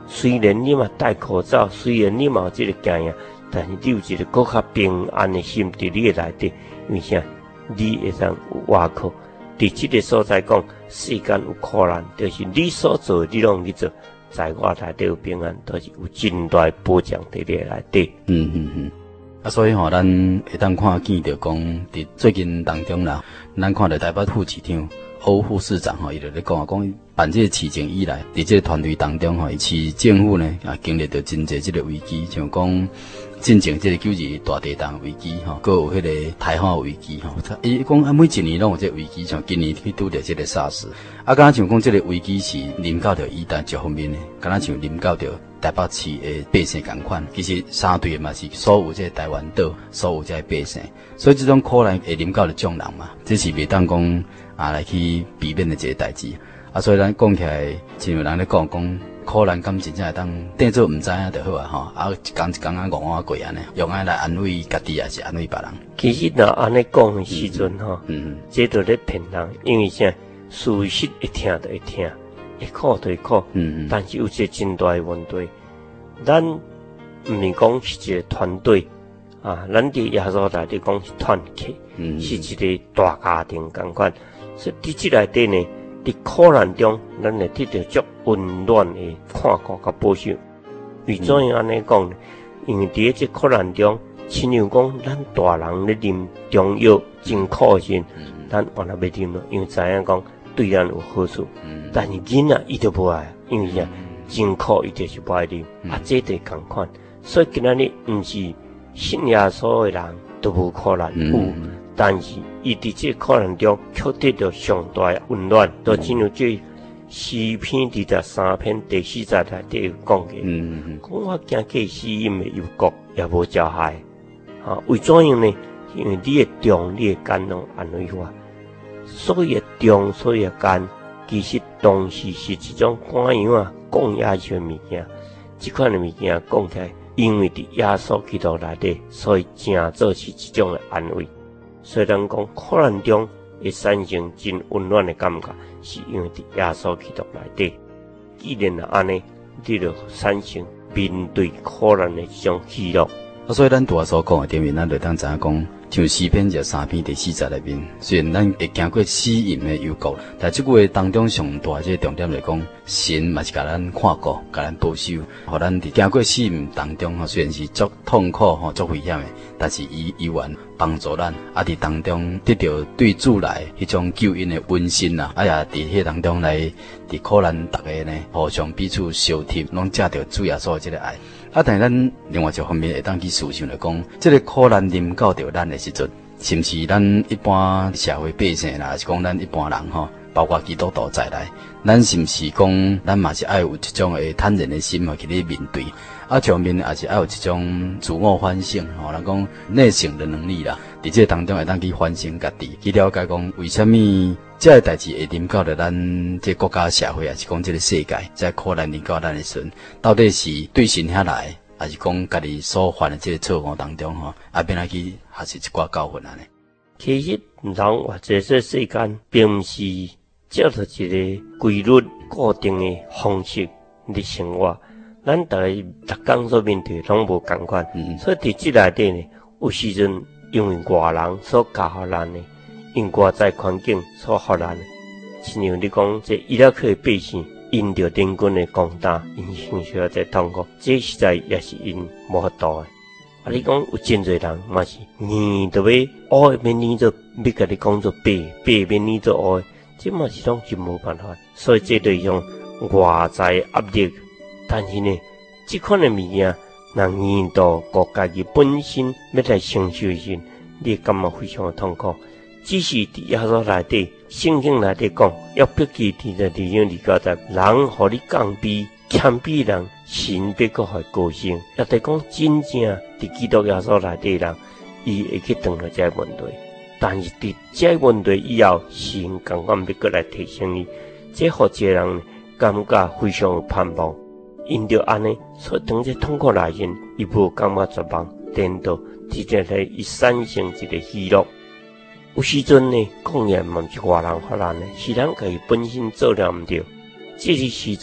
虽然你嘛戴口罩，虽然你嘛有这个经验，但是你有一个更较平安的心伫你的内底，因为啥？你会当有外靠。伫这个所在讲，世间有苦难，就是你所做的，你拢去做，在我内底有平安，都是有真大的保障伫你内底。 嗯嗯嗯。啊，所以吼，咱会当看见着讲，伫最近当中啦，咱看到台北副市长欧副市长吼，伊就咧讲啊，讲办这个市情以来，伫这个团队当中吼，市政府呢啊经历着真侪这个危机，像讲进前这个九二大地震危机吼，佮有迄个台海危机吼，伊讲啊每一年拢有这个危机，像今年去拄着这个 SARS， 啊，敢若像讲这个危机是临到着伊单一方面的，敢若像临到着台北市的百姓同款，其实相对嘛是所有这个台湾岛所有这个百姓，所以这种苦难会临到着众人嘛，这是袂当讲啊来去避免的一个代志。啊，所以咱讲起来，真有人咧讲讲苦难，敢真正会当当做毋知影就好啊吼，啊一工一工啊戆啊过安尼，用安来安慰家己也是安慰别人。 其实若安尼讲的时阵吼， 嗯嗯， 这都咧骗人，因为啥？事实会听就会听，会苦就会苦， 嗯嗯， 但是有一个真大的问题，咱毋是讲是一个团队啊，咱伫耶稣内底讲是团契， 嗯， 是一个大家庭共款，所以伫即内底呢。伫苦难中，咱会得到足温暖的看顾甲保守。为怎样安尼讲呢？因为伫即苦难中，亲像讲咱大人咧啉中药真苦的时，咱原来袂啉咯，因为知影讲对咱有好处。但是囡仔伊就无爱，因为啥？真苦伊就是无爱啉，啊，这就共款。所以今仔日毋是信耶稣的人都无苦难有。但是，伊伫这苦难中，却得到上大的温暖。都进入这诗篇第十三篇第四节内底有讲嘅。嗯嗯讲我惊过死因的幽谷，也无交害。啊，为怎样呢？因为你的重，你的肝拢安慰我。所以的重，所以的肝，其实当时是一种怎样啊降压性物件。这款的物件讲起来，因为伫耶稣基督内底，所以正做是一种的安慰。虽然讲苦难中会产生真温暖的感觉，是因为伫耶稣基督内底。既然是安尼，你就产生面对苦难的这种喜乐。 啊，所以咱拄仔所讲的顶面，咱就当知影讲，像诗篇十三篇第四节内面，虽然咱会经过死荫的幽谷，但即句话当中上大这个重点来讲，神嘛是甲咱看顾，甲咱保守，互咱伫经过死荫当中吼，虽然是足痛苦吼、足危险的，但是伊依然帮助咱，啊伫当中得到对主来迄种救恩的温馨呐，啊也伫迄当中来伫苦难逐个呢，互相彼此相贴，拢借着主耶稣的这个爱。啊，但是咱另外一方面会当去思想来讲，这个苦难临到着咱的时阵，是毋是咱一般社会百姓啦，还是讲咱一般人吼，包括基督徒在内，咱是毋是讲咱嘛是爱有一种诶坦然的心去咧面对，啊，上面也是爱有一种自我反省吼，人讲内省的能力啦，伫这当中会当去反省家己，去了解讲为虾米这个代志会临到着咱这国家社会，还是讲这个世界，在苦难临到咱的时阵，到底是对神遐来，还是讲家己所犯的这个错误当中吼，啊，变来去还是一寡教训安尼。 其实人活在这世间，并毋是照着一个规律固定的方式伫生活，咱大家逐工所面对拢无共款，嗯、所以伫即内底呢，有时阵因为外人所教互咱的。因外在环境所互咱，亲像你讲，这伊拉克的百姓因着人均的攻打，因承受了这痛苦，这实在也是因无法度的。啊，你讲有真侪人嘛是，硬着要乌的免你做，要甲你讲做白，白免你做乌的，这嘛是拢真无办法。所以这对种外在压力，但是呢，这款的物件，若硬到国家己本身要来承受时，你感觉非常的痛苦。只是伫耶稣内底，圣经内底讲，要必记伫在第二二九节，人互你降卑，谦卑人，神必搁互高升。也得讲真正伫基督耶稣内底人，伊会去断了这个问题。但是伫这个问题以后，神共款要搁来提升伊，这互一个人感觉非常有盼望。因着安尼，所以当这痛苦来临，伊无感觉绝望，颠倒，直接来伊产生一个喜乐。有时阵呢，讲也毋是外人发难的，是咱家己本身做了毋对。这个时阵，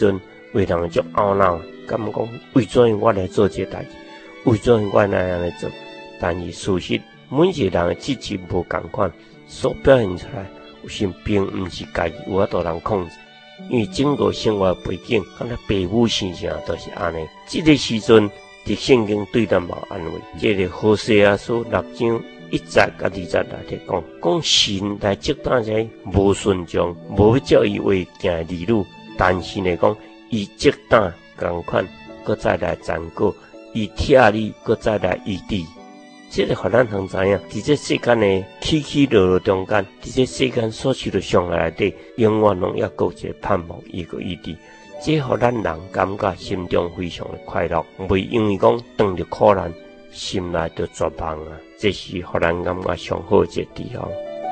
为人足懊恼，感觉讲为怎样我来做这代志，为怎样我那样来做？但是事实，每一个人的志气无共款，所表现出来，有时并毋是家己有法度人控制。因为整个生活背景，敢若父母生成都是安尼。这个时阵，伫圣经对咱无安慰。这个何西阿书六章一节甲二节来提讲，讲神来接待者无顺从，无照伊话行的儿女，但是呢讲伊接待共款，搁再来残果，伊疼你，搁再来医治。这个互咱通知影，伫这世间的起起落落中间，伫这世间所受的伤害内底，永远拢要有一个盼望，伊个医治。这互咱人感觉心中非常的快乐，袂因为讲遇着苦难，心内就绝望啊！这是互咱感觉上好一个地方。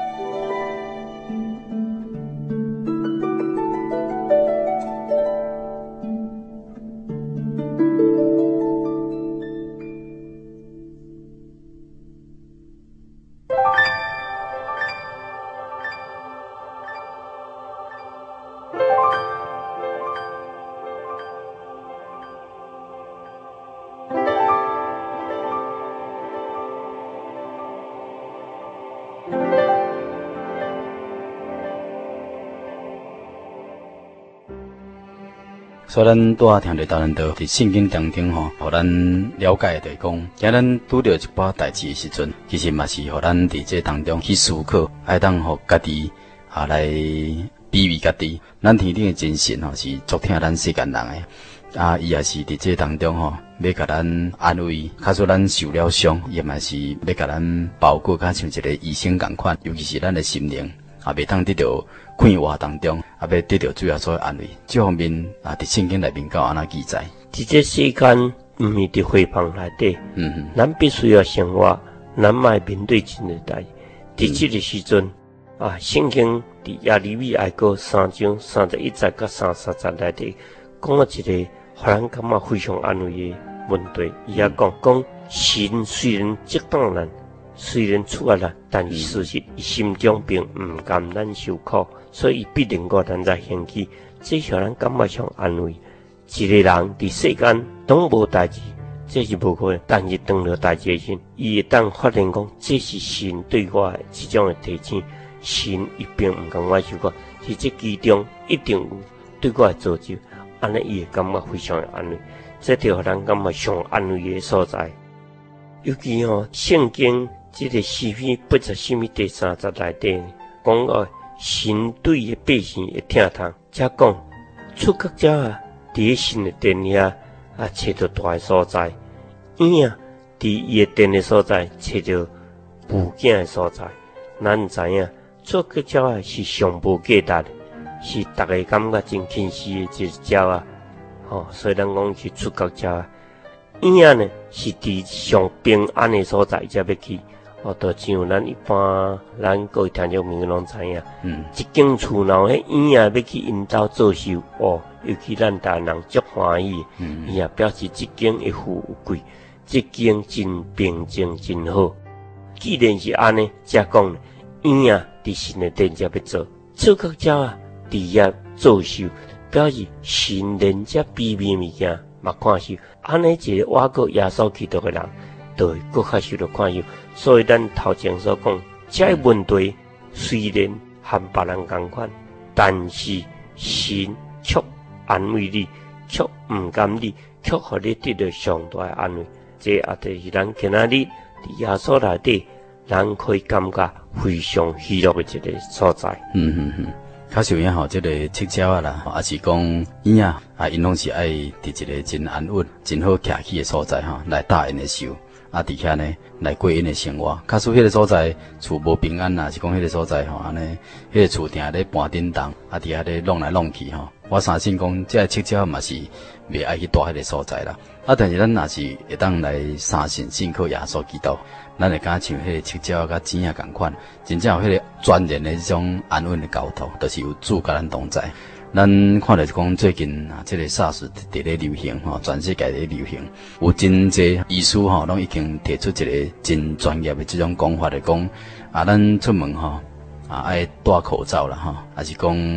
所以咱拄仔听着达人道伫圣经当中吼，互咱了解的就是讲，今咱拄着一寡代志的时阵，其实嘛是互咱伫这当中去思考，爱当互家己啊来比喻家己。咱天顶的真神吼是足疼咱世间人的，啊伊也是伫这当中吼，要甲咱安慰，假使咱受了伤，伊嘛是要甲咱包裹，甲像一个医生共款，尤其是咱的心灵。啊，袂当得到困惑当中，啊，要得到主要所安慰。这方面啊，伫圣经内面有安那记载。 伫这世间，毋是伫灰棚内底， 嗯嗯， 咱必须要生活，咱莫面对真个代志。伫这个时阵，啊，圣经伫耶利米哀歌三章三十一节甲三十节内底，讲了一个互咱感觉非常安慰的问题。伊也讲讲神虽然接待咱。虽然出来了，但是事实伊心中并毋甘咱受苦，所以必定个咱再兴起，这互咱感觉上安慰。一个人伫世间拢无代志，这是无可能，但是当了代志时，伊会当发现讲，这是神对我的这种的提醒。神伊并毋甘我受苦，是这其中一定有对我的造就，安尼伊会感觉非常的安慰。这就互咱感觉上安慰的所在。尤其吼、哦，圣经。这个诗篇八十四篇第三节内底讲到神对的百姓会疼痛，则讲出国者啊，伫神的殿遐啊，找到大的所在；婴啊，伫伊的殿的所在，找到母囝的所在。咱知影出国者啊是上无价值的，是大家感觉真轻视的一个鸟啊。吼、哦，所以咱讲是出国者啊。婴啊呢是伫上平安的所在才要去。哦，就像咱一般，咱各位听众朋友拢知影，嗯，一间厝闹迄婴儿要去因兜做寿，哦，尤其咱大人足欢喜，嗯，伊也表示这间会富有贵，这间真平静真好。既然是安尼，则讲呢，婴儿伫神的殿才要做，出国者啊，伫遐做寿，表示神连这卑微物件嘛看受，安尼一个我国耶稣基督的人。就会更较受到看受，所以咱头前所讲，这个问题虽然和别人同款，但是神却安慰你，却毋甘你，却互你得到上大的安慰。这也就是咱今仔日伫耶稣内底，咱可以感觉非常喜乐的一个所在。 嗯嗯嗯。较受影吼，即个赤鸟啊啦，也是讲婴仔啊，因拢是爱伫一个真安稳、真好徛起的所在吼，来搭因的寿。啊，伫遐呢来过因的生活。假使迄个所在厝无平安啊，是讲迄个所在吼，安尼迄个厝定咧搬颠动，啊，伫遐咧弄来弄去吼。我相信讲，这赤鸟嘛是袂爱去住迄个所在啦。啊，但是咱若是会当来相信信靠耶稣基督，咱会敢像迄个赤鸟甲钱啊共款，真正有迄个全然的这种安稳的交托，就是有主甲咱同在。咱看到讲最近啊，这个 SARS 伫咧流行吼，全世界咧流行，有真济医师吼，拢已经提出一个真专业的这种讲法来讲，啊，咱出门吼啊爱戴口罩啦吼，还是讲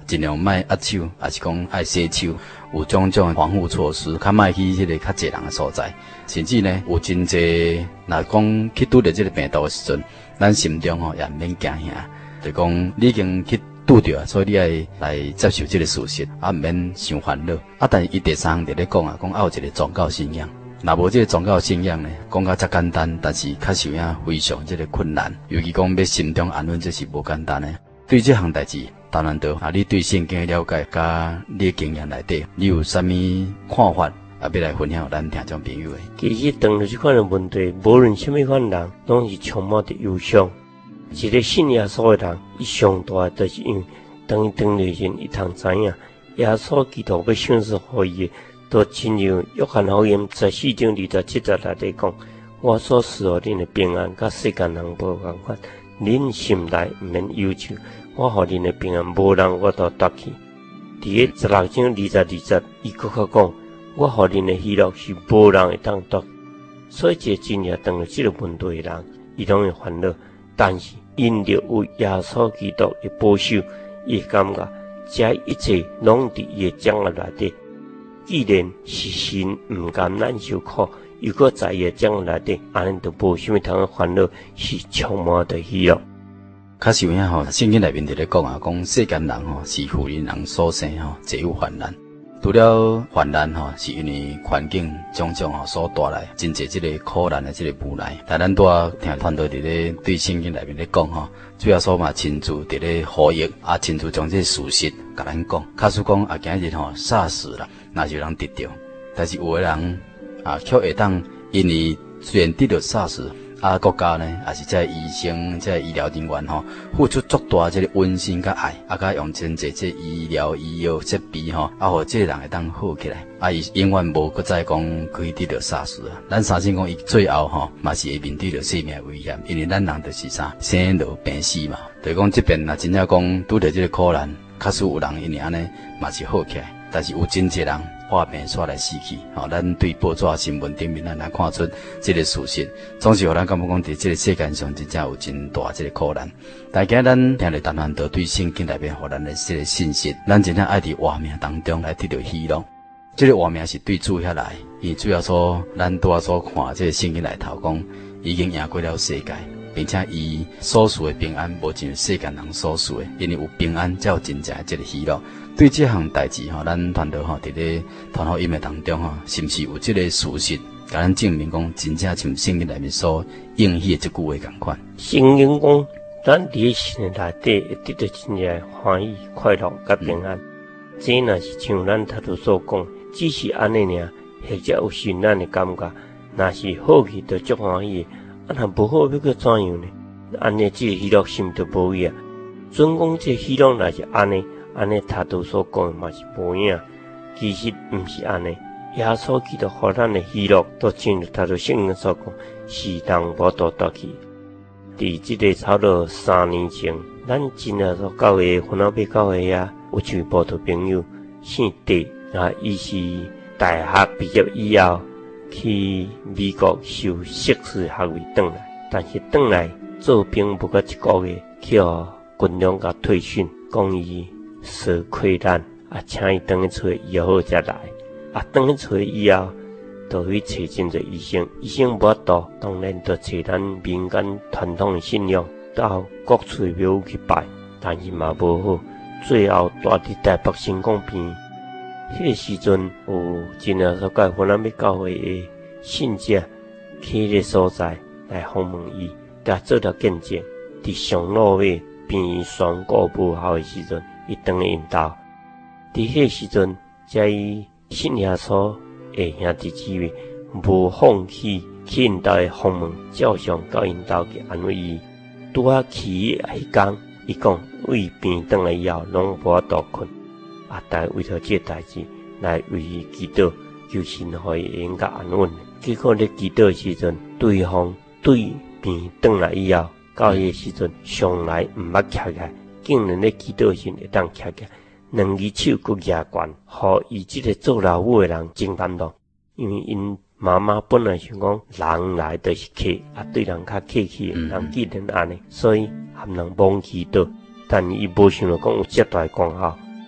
尽量莫压手，还是讲爱洗手，有种种防护措施，较莫去迄个较济人的所在。甚至呢，有真济，若讲去拄着即个病毒的时阵，咱心中吼也免惊吓，就讲你已经去拄着，所以你爱来接受即个事实，啊，毋免伤烦恼。啊，但是伊第三项伫咧讲啊，讲有一个宗教信仰。若无即个宗教信仰呢，讲甲遮简单，但是确实影非常即个困难。尤其讲要心中安稳，这是无简单的。对这项代志，当然都啊，你对圣经的了解，甲你的经验内底，你有啥物看法，啊，要来分享咱听众朋友的。 其实当着这款的问题，无论什么款人，拢是充满着忧伤。一个信耶稣的人，伊上大就是因为当伊当着时，伊通知影耶稣基督要赏赐互伊。都亲像约翰福音十四章二十七节内底讲，我所赐予恁的平安，甲世间人无共款。恁心内毋免忧愁，我互恁的平安，无人我都夺去。伫个十六章二十二节，伊搁较讲，我互恁的喜乐是无人会当夺。所以一个真正当着即个问题的人，伊拢会烦恼，但是因着有耶稣基督的保守，伊会感觉这一切拢伫伊的掌握内底。既然是神毋甘咱受苦，如果在伊掌握内底，安尼就无啥物通个烦恼，是充满着喜乐。 确实有影吼，圣经内面伫咧讲啊，讲世间人吼是妇人人所生吼，侪有患难。除了患难吼，是因为环境种种吼所带来真侪即个苦难的即个无奈。但咱拄啊听团队伫咧对圣经内面咧讲吼，主要说嘛亲自伫咧呼吁，啊亲自将这事实甲咱讲。假使讲啊今日吼煞死啦，那就人得着。但是有个人啊，却会当因为虽然得到煞死。啊，国家呢，也是这医生、这医疗人员吼，付出足大这个温馨甲爱，啊，甲用真侪这医疗医药设备吼，啊，互这个人会当好起来。啊，伊永远无搁再讲可以得到煞死啊。咱相信讲伊最后吼，嘛是会面对着生命危险，因为咱人就是啥，生老病死嘛。就是讲这边若真正讲拄着这个苦难，确实有人因为安尼嘛是好起来，但是有真侪人。化病煞来死去，吼、哦！咱对报纸新闻顶面，咱来看出这个事实，总是互咱感觉讲，伫这个世界上真正有真大这个苦难。但今咱听了谈谈到对圣经内面互咱的这个信息，咱真正爱伫活命当中来得到喜乐。这个活命是对主遐来，伊主要说咱拄仔所看这个圣经内头讲，已经赢过了世界，并且伊所属的平安无像世间人所属的，因为有平安才有真正的这个喜乐。对这项代志吼，咱团队吼伫咧团号音乐当中吼，是毋是有这个事实，甲咱证明讲真正像圣经内面所应许的这句话共款。 圣经讲，咱伫神的内底会得到真正欢喜、快乐甲平安。嗯、这若是像咱头拄所讲，只是安尼尔，或者有时咱的感觉，若是好去就足欢喜，啊若无好要去怎样呢？安尼即个喜乐心就无去啊。准讲这喜乐若是安尼。安尼他都所讲嘛是无影，其实毋是安尼。耶稣基督互咱的喜乐，都正如他都圣经所讲，是人无度夺去。伫即个差不多三年前，咱真正所教会分老尾教会啊，有一位葡萄朋友姓戴，啊，伊是大学毕业以后去美国修硕士学位转来，但是转来做兵不过一个月，去互军中甲退训，讲伊。受困难啊，请伊转去找医好才来。啊，转去找以后，就去找真侪医生，医生无法度，当然就找咱民间传统的信仰，到各处庙去拜，但是嘛无好。最后住伫台北新港边，迄个时阵有真正所教分咱要教会的信者去迄个所在来访问伊，甲做条见证，伫上路尾边宣告无效的时阵。伊当引导，伫迄个时阵，才伊信耶稣的兄弟姊妹无放弃去引导的访问，照常到引导去安慰伊。拄啊去迄天，伊讲为病倒来以后，拢无法度困，啊，但为着这代志来为伊祈祷，求神互伊应甲安稳。结果咧祈祷的时阵，对方对病倒来以后，到迄个时阵上来毋捌徛起来。竟然咧祈祷时会当徛起来，两只手搁举悬，互伊即个做老母的人真感动。因为因妈妈本来想讲人来就是客，啊对人较客气的，人既然安尼，所以含人忘祈祷。但伊无想到讲有遮大功效，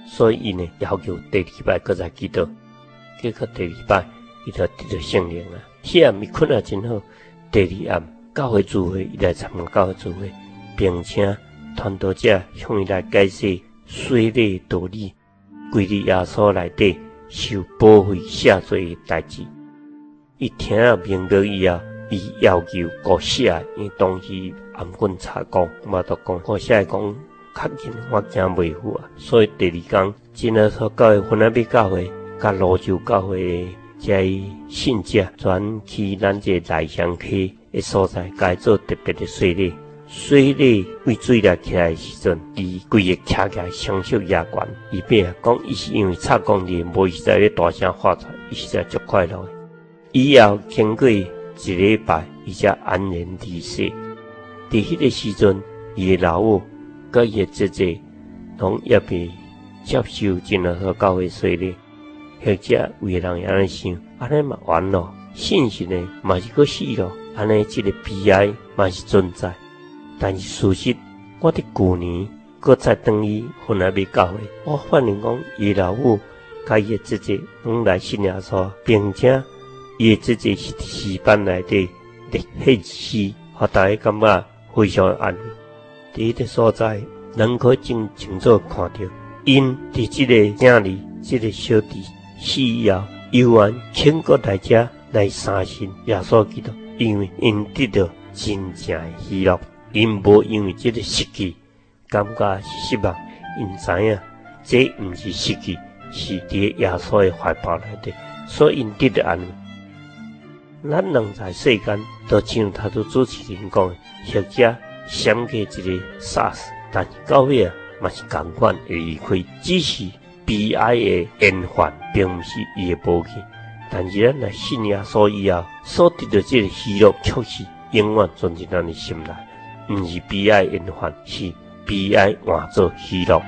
所以伊呢要求第二摆搁再祈祷，结果第二摆伊就得到圣灵啊。迄暗伊困啊真好，第二暗教会聚会伊来参加教会聚会，并且传道者向伊来解释水礼道理，规日耶稣内底受保护赦罪的代志。伊听了明白以后，伊要求国写，因为当时暗棍查讲，嘛都讲国写讲较紧，我惊袂赴啊。所以第二天，真耶稣教会分啊比教会，甲泸州教会遮信者，转去咱这内乡区的所在，改做特别的水礼。水礼为水力起来的时阵，伊规个徛起来双手压悬，伊变啊讲，伊是因为插讲哩，无实在咧大声发出来，伊实在足快乐的。以后经过一礼拜，伊才安然离世。伫迄个时阵，伊的老母甲伊的姐姐，拢也未接受真耶稣教会水礼，或者有个人安尼想，安尼嘛完咯，信心呢嘛是搁死咯，安尼即个悲哀嘛是存在。但是事实，我伫旧年搁再等伊分来要教会，我发现讲伊老母甲伊的姐姐拢来信耶稣，并且伊的姐姐是伫诗班内底伫献诗，互大家感觉非常安慰。伫迄个所在，咱可真清楚看到，因伫即个正里，即个小弟死以后，犹原请过大家来相信耶稣基督，因为因得到真正的喜乐。因无因为这个失去，感觉是失望。因知影，这毋是失去，是伫耶稣的怀抱内底，所以因得到安慰。咱人在世间，都像他都主持人讲的，或者闪过一个霎时，但是到尾啊，嘛是同款会离开，只是悲哀的延缓，并毋是伊的无去。但是咱来信耶稣以后，所得到这个喜乐，却是永远存在咱的心内。毋是悲哀延缓，是悲哀换作喜乐。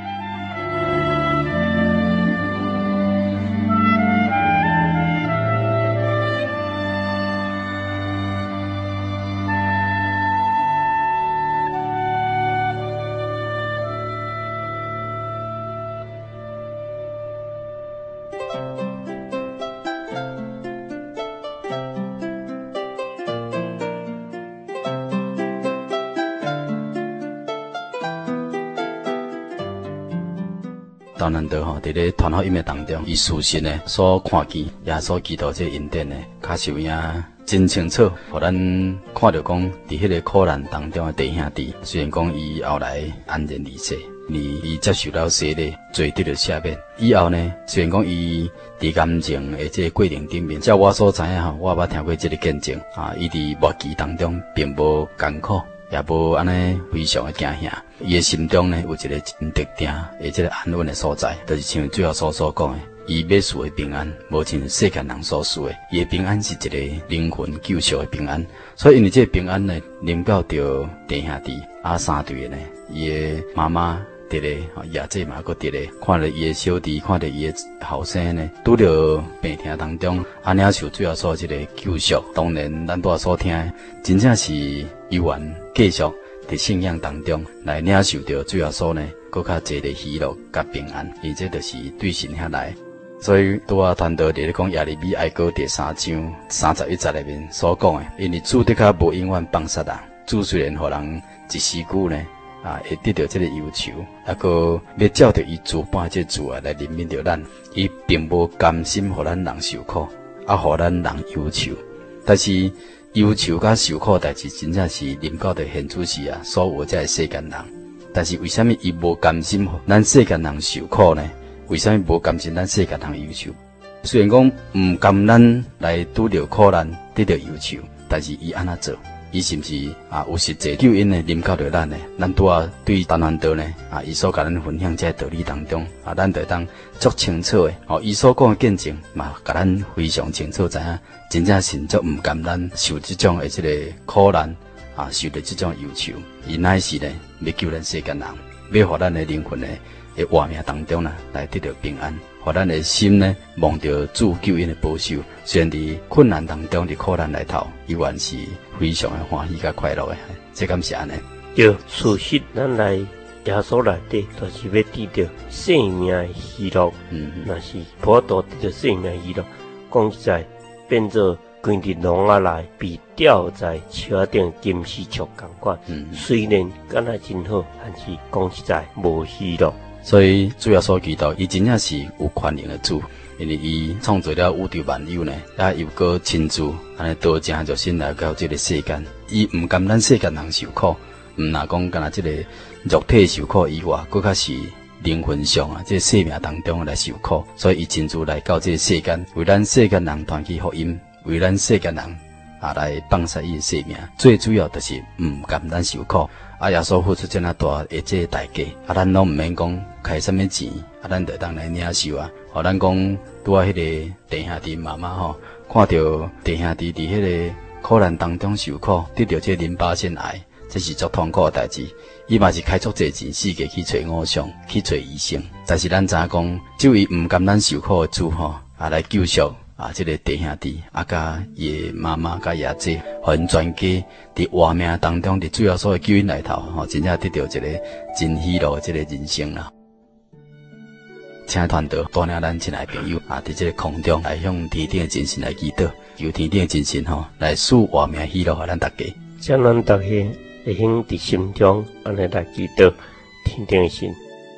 当然的吼，伫咧传福音的当中，伊事实呢所看见耶稣基督这恩典呢，确实有影真清楚，互咱看到讲，伫迄个苦难当中的弟兄弟，虽然讲伊后来安然离世，而伊接受到洗礼，罪得到赦免。以后呢，虽然讲伊伫感情的这个过程顶面，照我所知影吼，我捌听过这个见证啊，伊伫末期当中并无艰苦。也无安尼非常的惊吓，伊的心中呢有一个真特定的这个安稳的所在，就是像最后所所讲的，伊要赐的平安，无像世间人所赐的，伊的平安是一个灵魂救赎的平安。所以因为这个平安呢，临到着弟兄弟啊三对的呢，伊的妈妈伫咧，爷姐嘛搁伫咧，看着伊的小弟，看着伊的后生呢，拄着病痛当中，啊领受最后所这个救赎。当然，咱拄仔所听的，真正是犹原继续伫信仰当中来领受到最后所呢，搁较侪的喜乐甲平安，而这就是对神遐来。所以拄仔传道伫咧讲耶利米哀歌第三章三十一节里面所讲的，因为主的确无永远放杀人，主虽然互人一时久呢。啊，会得到这个忧愁，啊，个要照着伊主办这主啊来怜悯着咱，伊并无甘心互咱人受苦，啊，互咱人忧愁。但是忧愁甲受苦代志，真正是临到着现主时啊，所有这世间人。但是为什么伊无甘心咱世间人受苦呢？为什么无甘心咱世间人忧愁？虽然讲毋甘咱来拄着苦难，得到忧愁，但是伊安怎做？伊是毋是啊有实际救恩呢？临到着咱呢？咱拄啊对单元道呢啊，伊所甲咱分享这个道理当中啊，咱就当足清楚的哦。伊所讲的见证嘛，甲咱非常清楚知影，真正神足毋甘咱受这种的这个苦难啊，受着这种忧愁，伊乃是呢要救咱世间人，要互咱的灵魂呢的活命当中呢来得到平安。互咱的心呢，望着主救恩的保守，虽然伫困难当中，伫苦难来头，依然是非常的欢喜甲快乐的。这敢是安尼？ 对，事实咱来耶稣内底就是要得到生命的喜乐。 嗯， 若是普度得到生命的喜乐，讲实在变做规日笼仔内被吊在树仔顶金丝雀同款。 嗯， 虽然敢若真好，但是讲实在无喜乐。 所以主要所祈祷，伊真正是有权能的主，因为伊创造了宇宙万有呢，也又个亲自安尼道成肉身来到这个世间。伊毋甘咱世间人受苦，毋若讲干那这个肉体受苦以外，佫较是灵魂上啊，这个生命当中来受苦。所以伊亲自来到这个世间，为咱世间人传去福音，为咱世间人啊来放下伊的生命。最主要就是毋甘咱受苦。啊，耶稣付出这么大的这个代价，啊，咱拢毋免讲开什么钱，啊，咱就当来领受啊。互咱讲拄啊，迄个弟兄弟妈妈吼，看到弟兄弟伫迄个苦难当中受苦，得到这淋巴腺癌，这是足痛苦的代志。伊嘛是开足侪钱，世界去找偶像，去找医生。但是咱知影讲，只有伊毋甘咱受苦的主吼，啊来救赎。啊，这个弟兄弟，啊，甲伊的妈妈，甲爷姐，互因全家伫活命当中，伫主要所救因来头，吼，真正得到一个真喜乐的这个人生啦。请团队带领咱亲爱朋友啊，伫这个空中来向天顶的真神来祈祷，求天顶的真神吼来赐活命喜乐，互咱大家。 将咱大家会向伫心中安尼来祈祷，天顶的神，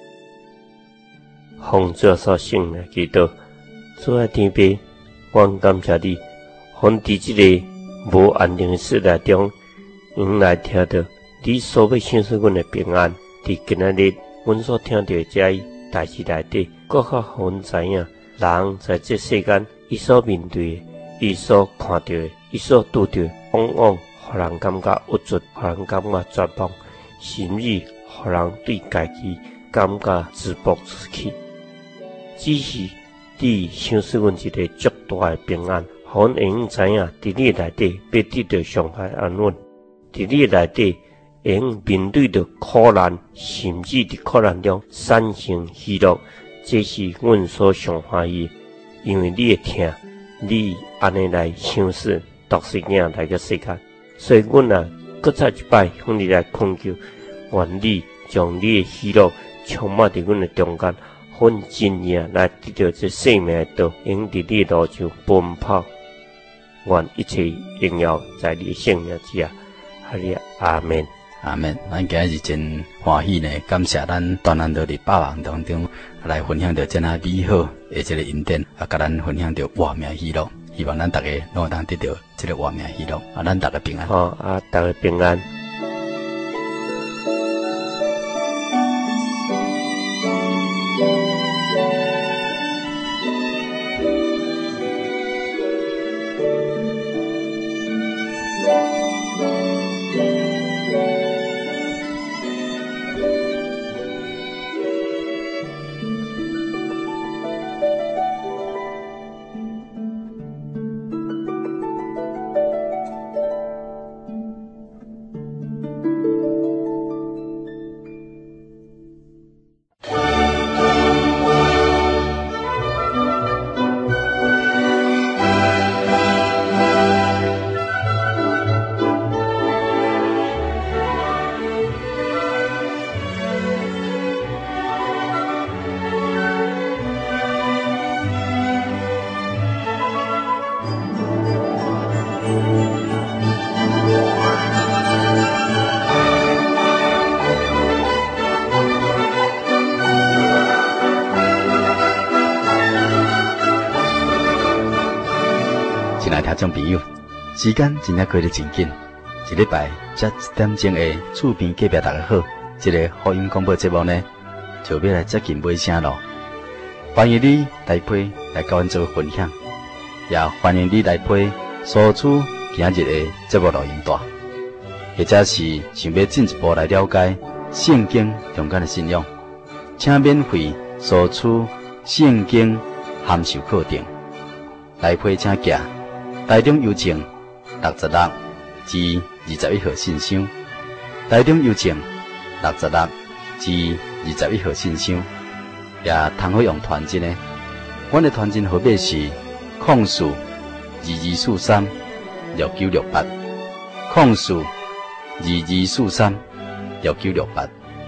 奉主所圣来祈祷，主啊天父。阮感谢你，阮伫即个无安宁的世代中，用来听到你所要享受阮的平安。伫今仔日，阮所听到的这一代志内底，搁较互阮知影，人在这世间，伊所面对的，伊所看到的，伊所拄到，往往互人感觉无助，互人感觉绝望，甚至互人对家己感觉自暴自弃。只是你享受阮一个足大的平安，互阮会用知影，伫你内底要得到上海安稳，伫你内底会用面对着苦难，甚至伫苦难中产生喜乐，这是阮所上欢喜。因为你的听，你安尼来享受独生囝来个世界，所以阮啊，搁再一摆向你来恳求，愿你将你的喜乐充满伫阮的中间。阮真正来得到这生命的道，用伫你路上奔跑，愿一切荣耀在你的圣名之下。哈利阿门， 阿门。咱今日真欢喜呢，感谢咱传咱到伫百万当中来分享到这样美好的这个恩典，啊，甲咱分享到活命喜乐。希望咱大家拢会当得到这个活命喜乐，啊，咱大家平安。 好啊，大家平安。 听众朋友，时间真正过得真紧，一礼拜才一点钟的厝边隔壁大家好，这个福音广播节目呢，就要来接近尾声咯。欢迎你来陪来跟阮做分享，也欢迎你来陪索取今日的节目录音带，或者是想要进一步来了解圣经中间的信仰，请免费索取圣经函授课程，来陪请寄。台中邮政六十六至二十一号信箱，台中邮政六十六至二十一号信箱，也通好用传真呢。阮的传真号码是空四二二四三六九六八，空四二二四三六九六八。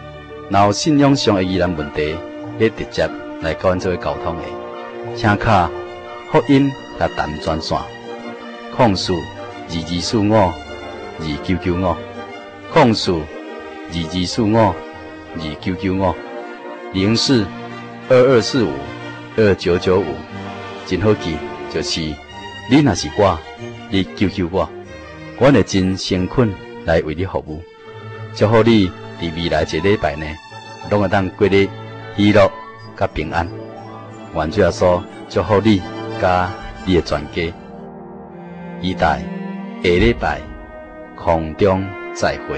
然后信仰上的疑难问题，咧直接来甲阮做沟通的，请卡福音甲谈专线，控诉二二四五二九九五，控诉二二四五二九九五，零四二二四五二九九五，真好记，就是你若是我，你救救我，我会真诚恳来为你服务，祝福你伫未来一个礼拜呢，拢会当过得喜乐甲平安。愿主耶稣祝福你甲你的全家，期待下礼拜空中再会。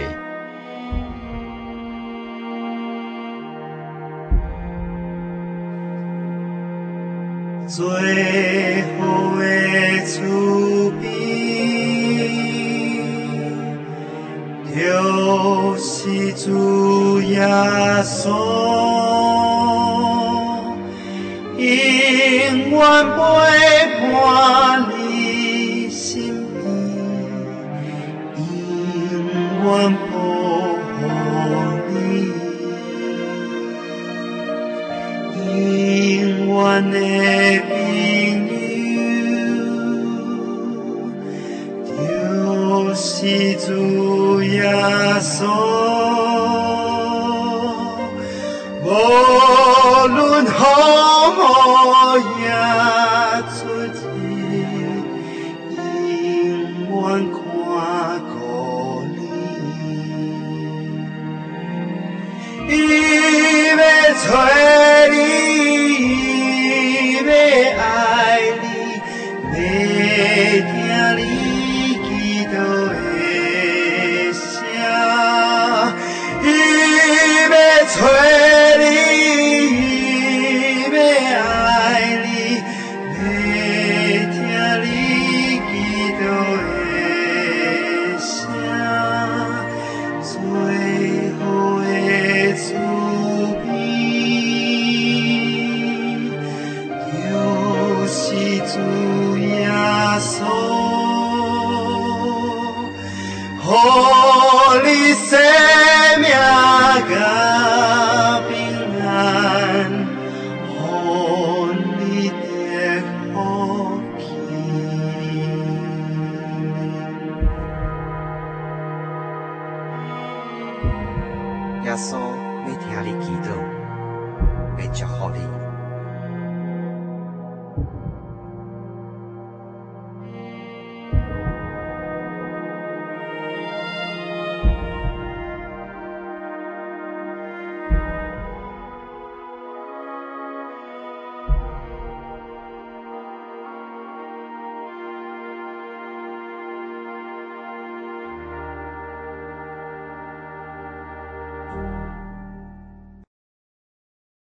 最好的慈悲，就是主耶稣，永远陪伴你身边，永远保护你，永远的朋友，就是主耶稣。无论雨雨也出日，永远看顾你。伊要找你，伊要爱你，要听你祈祷的声，伊要找你。 耶稣要听你祈祷。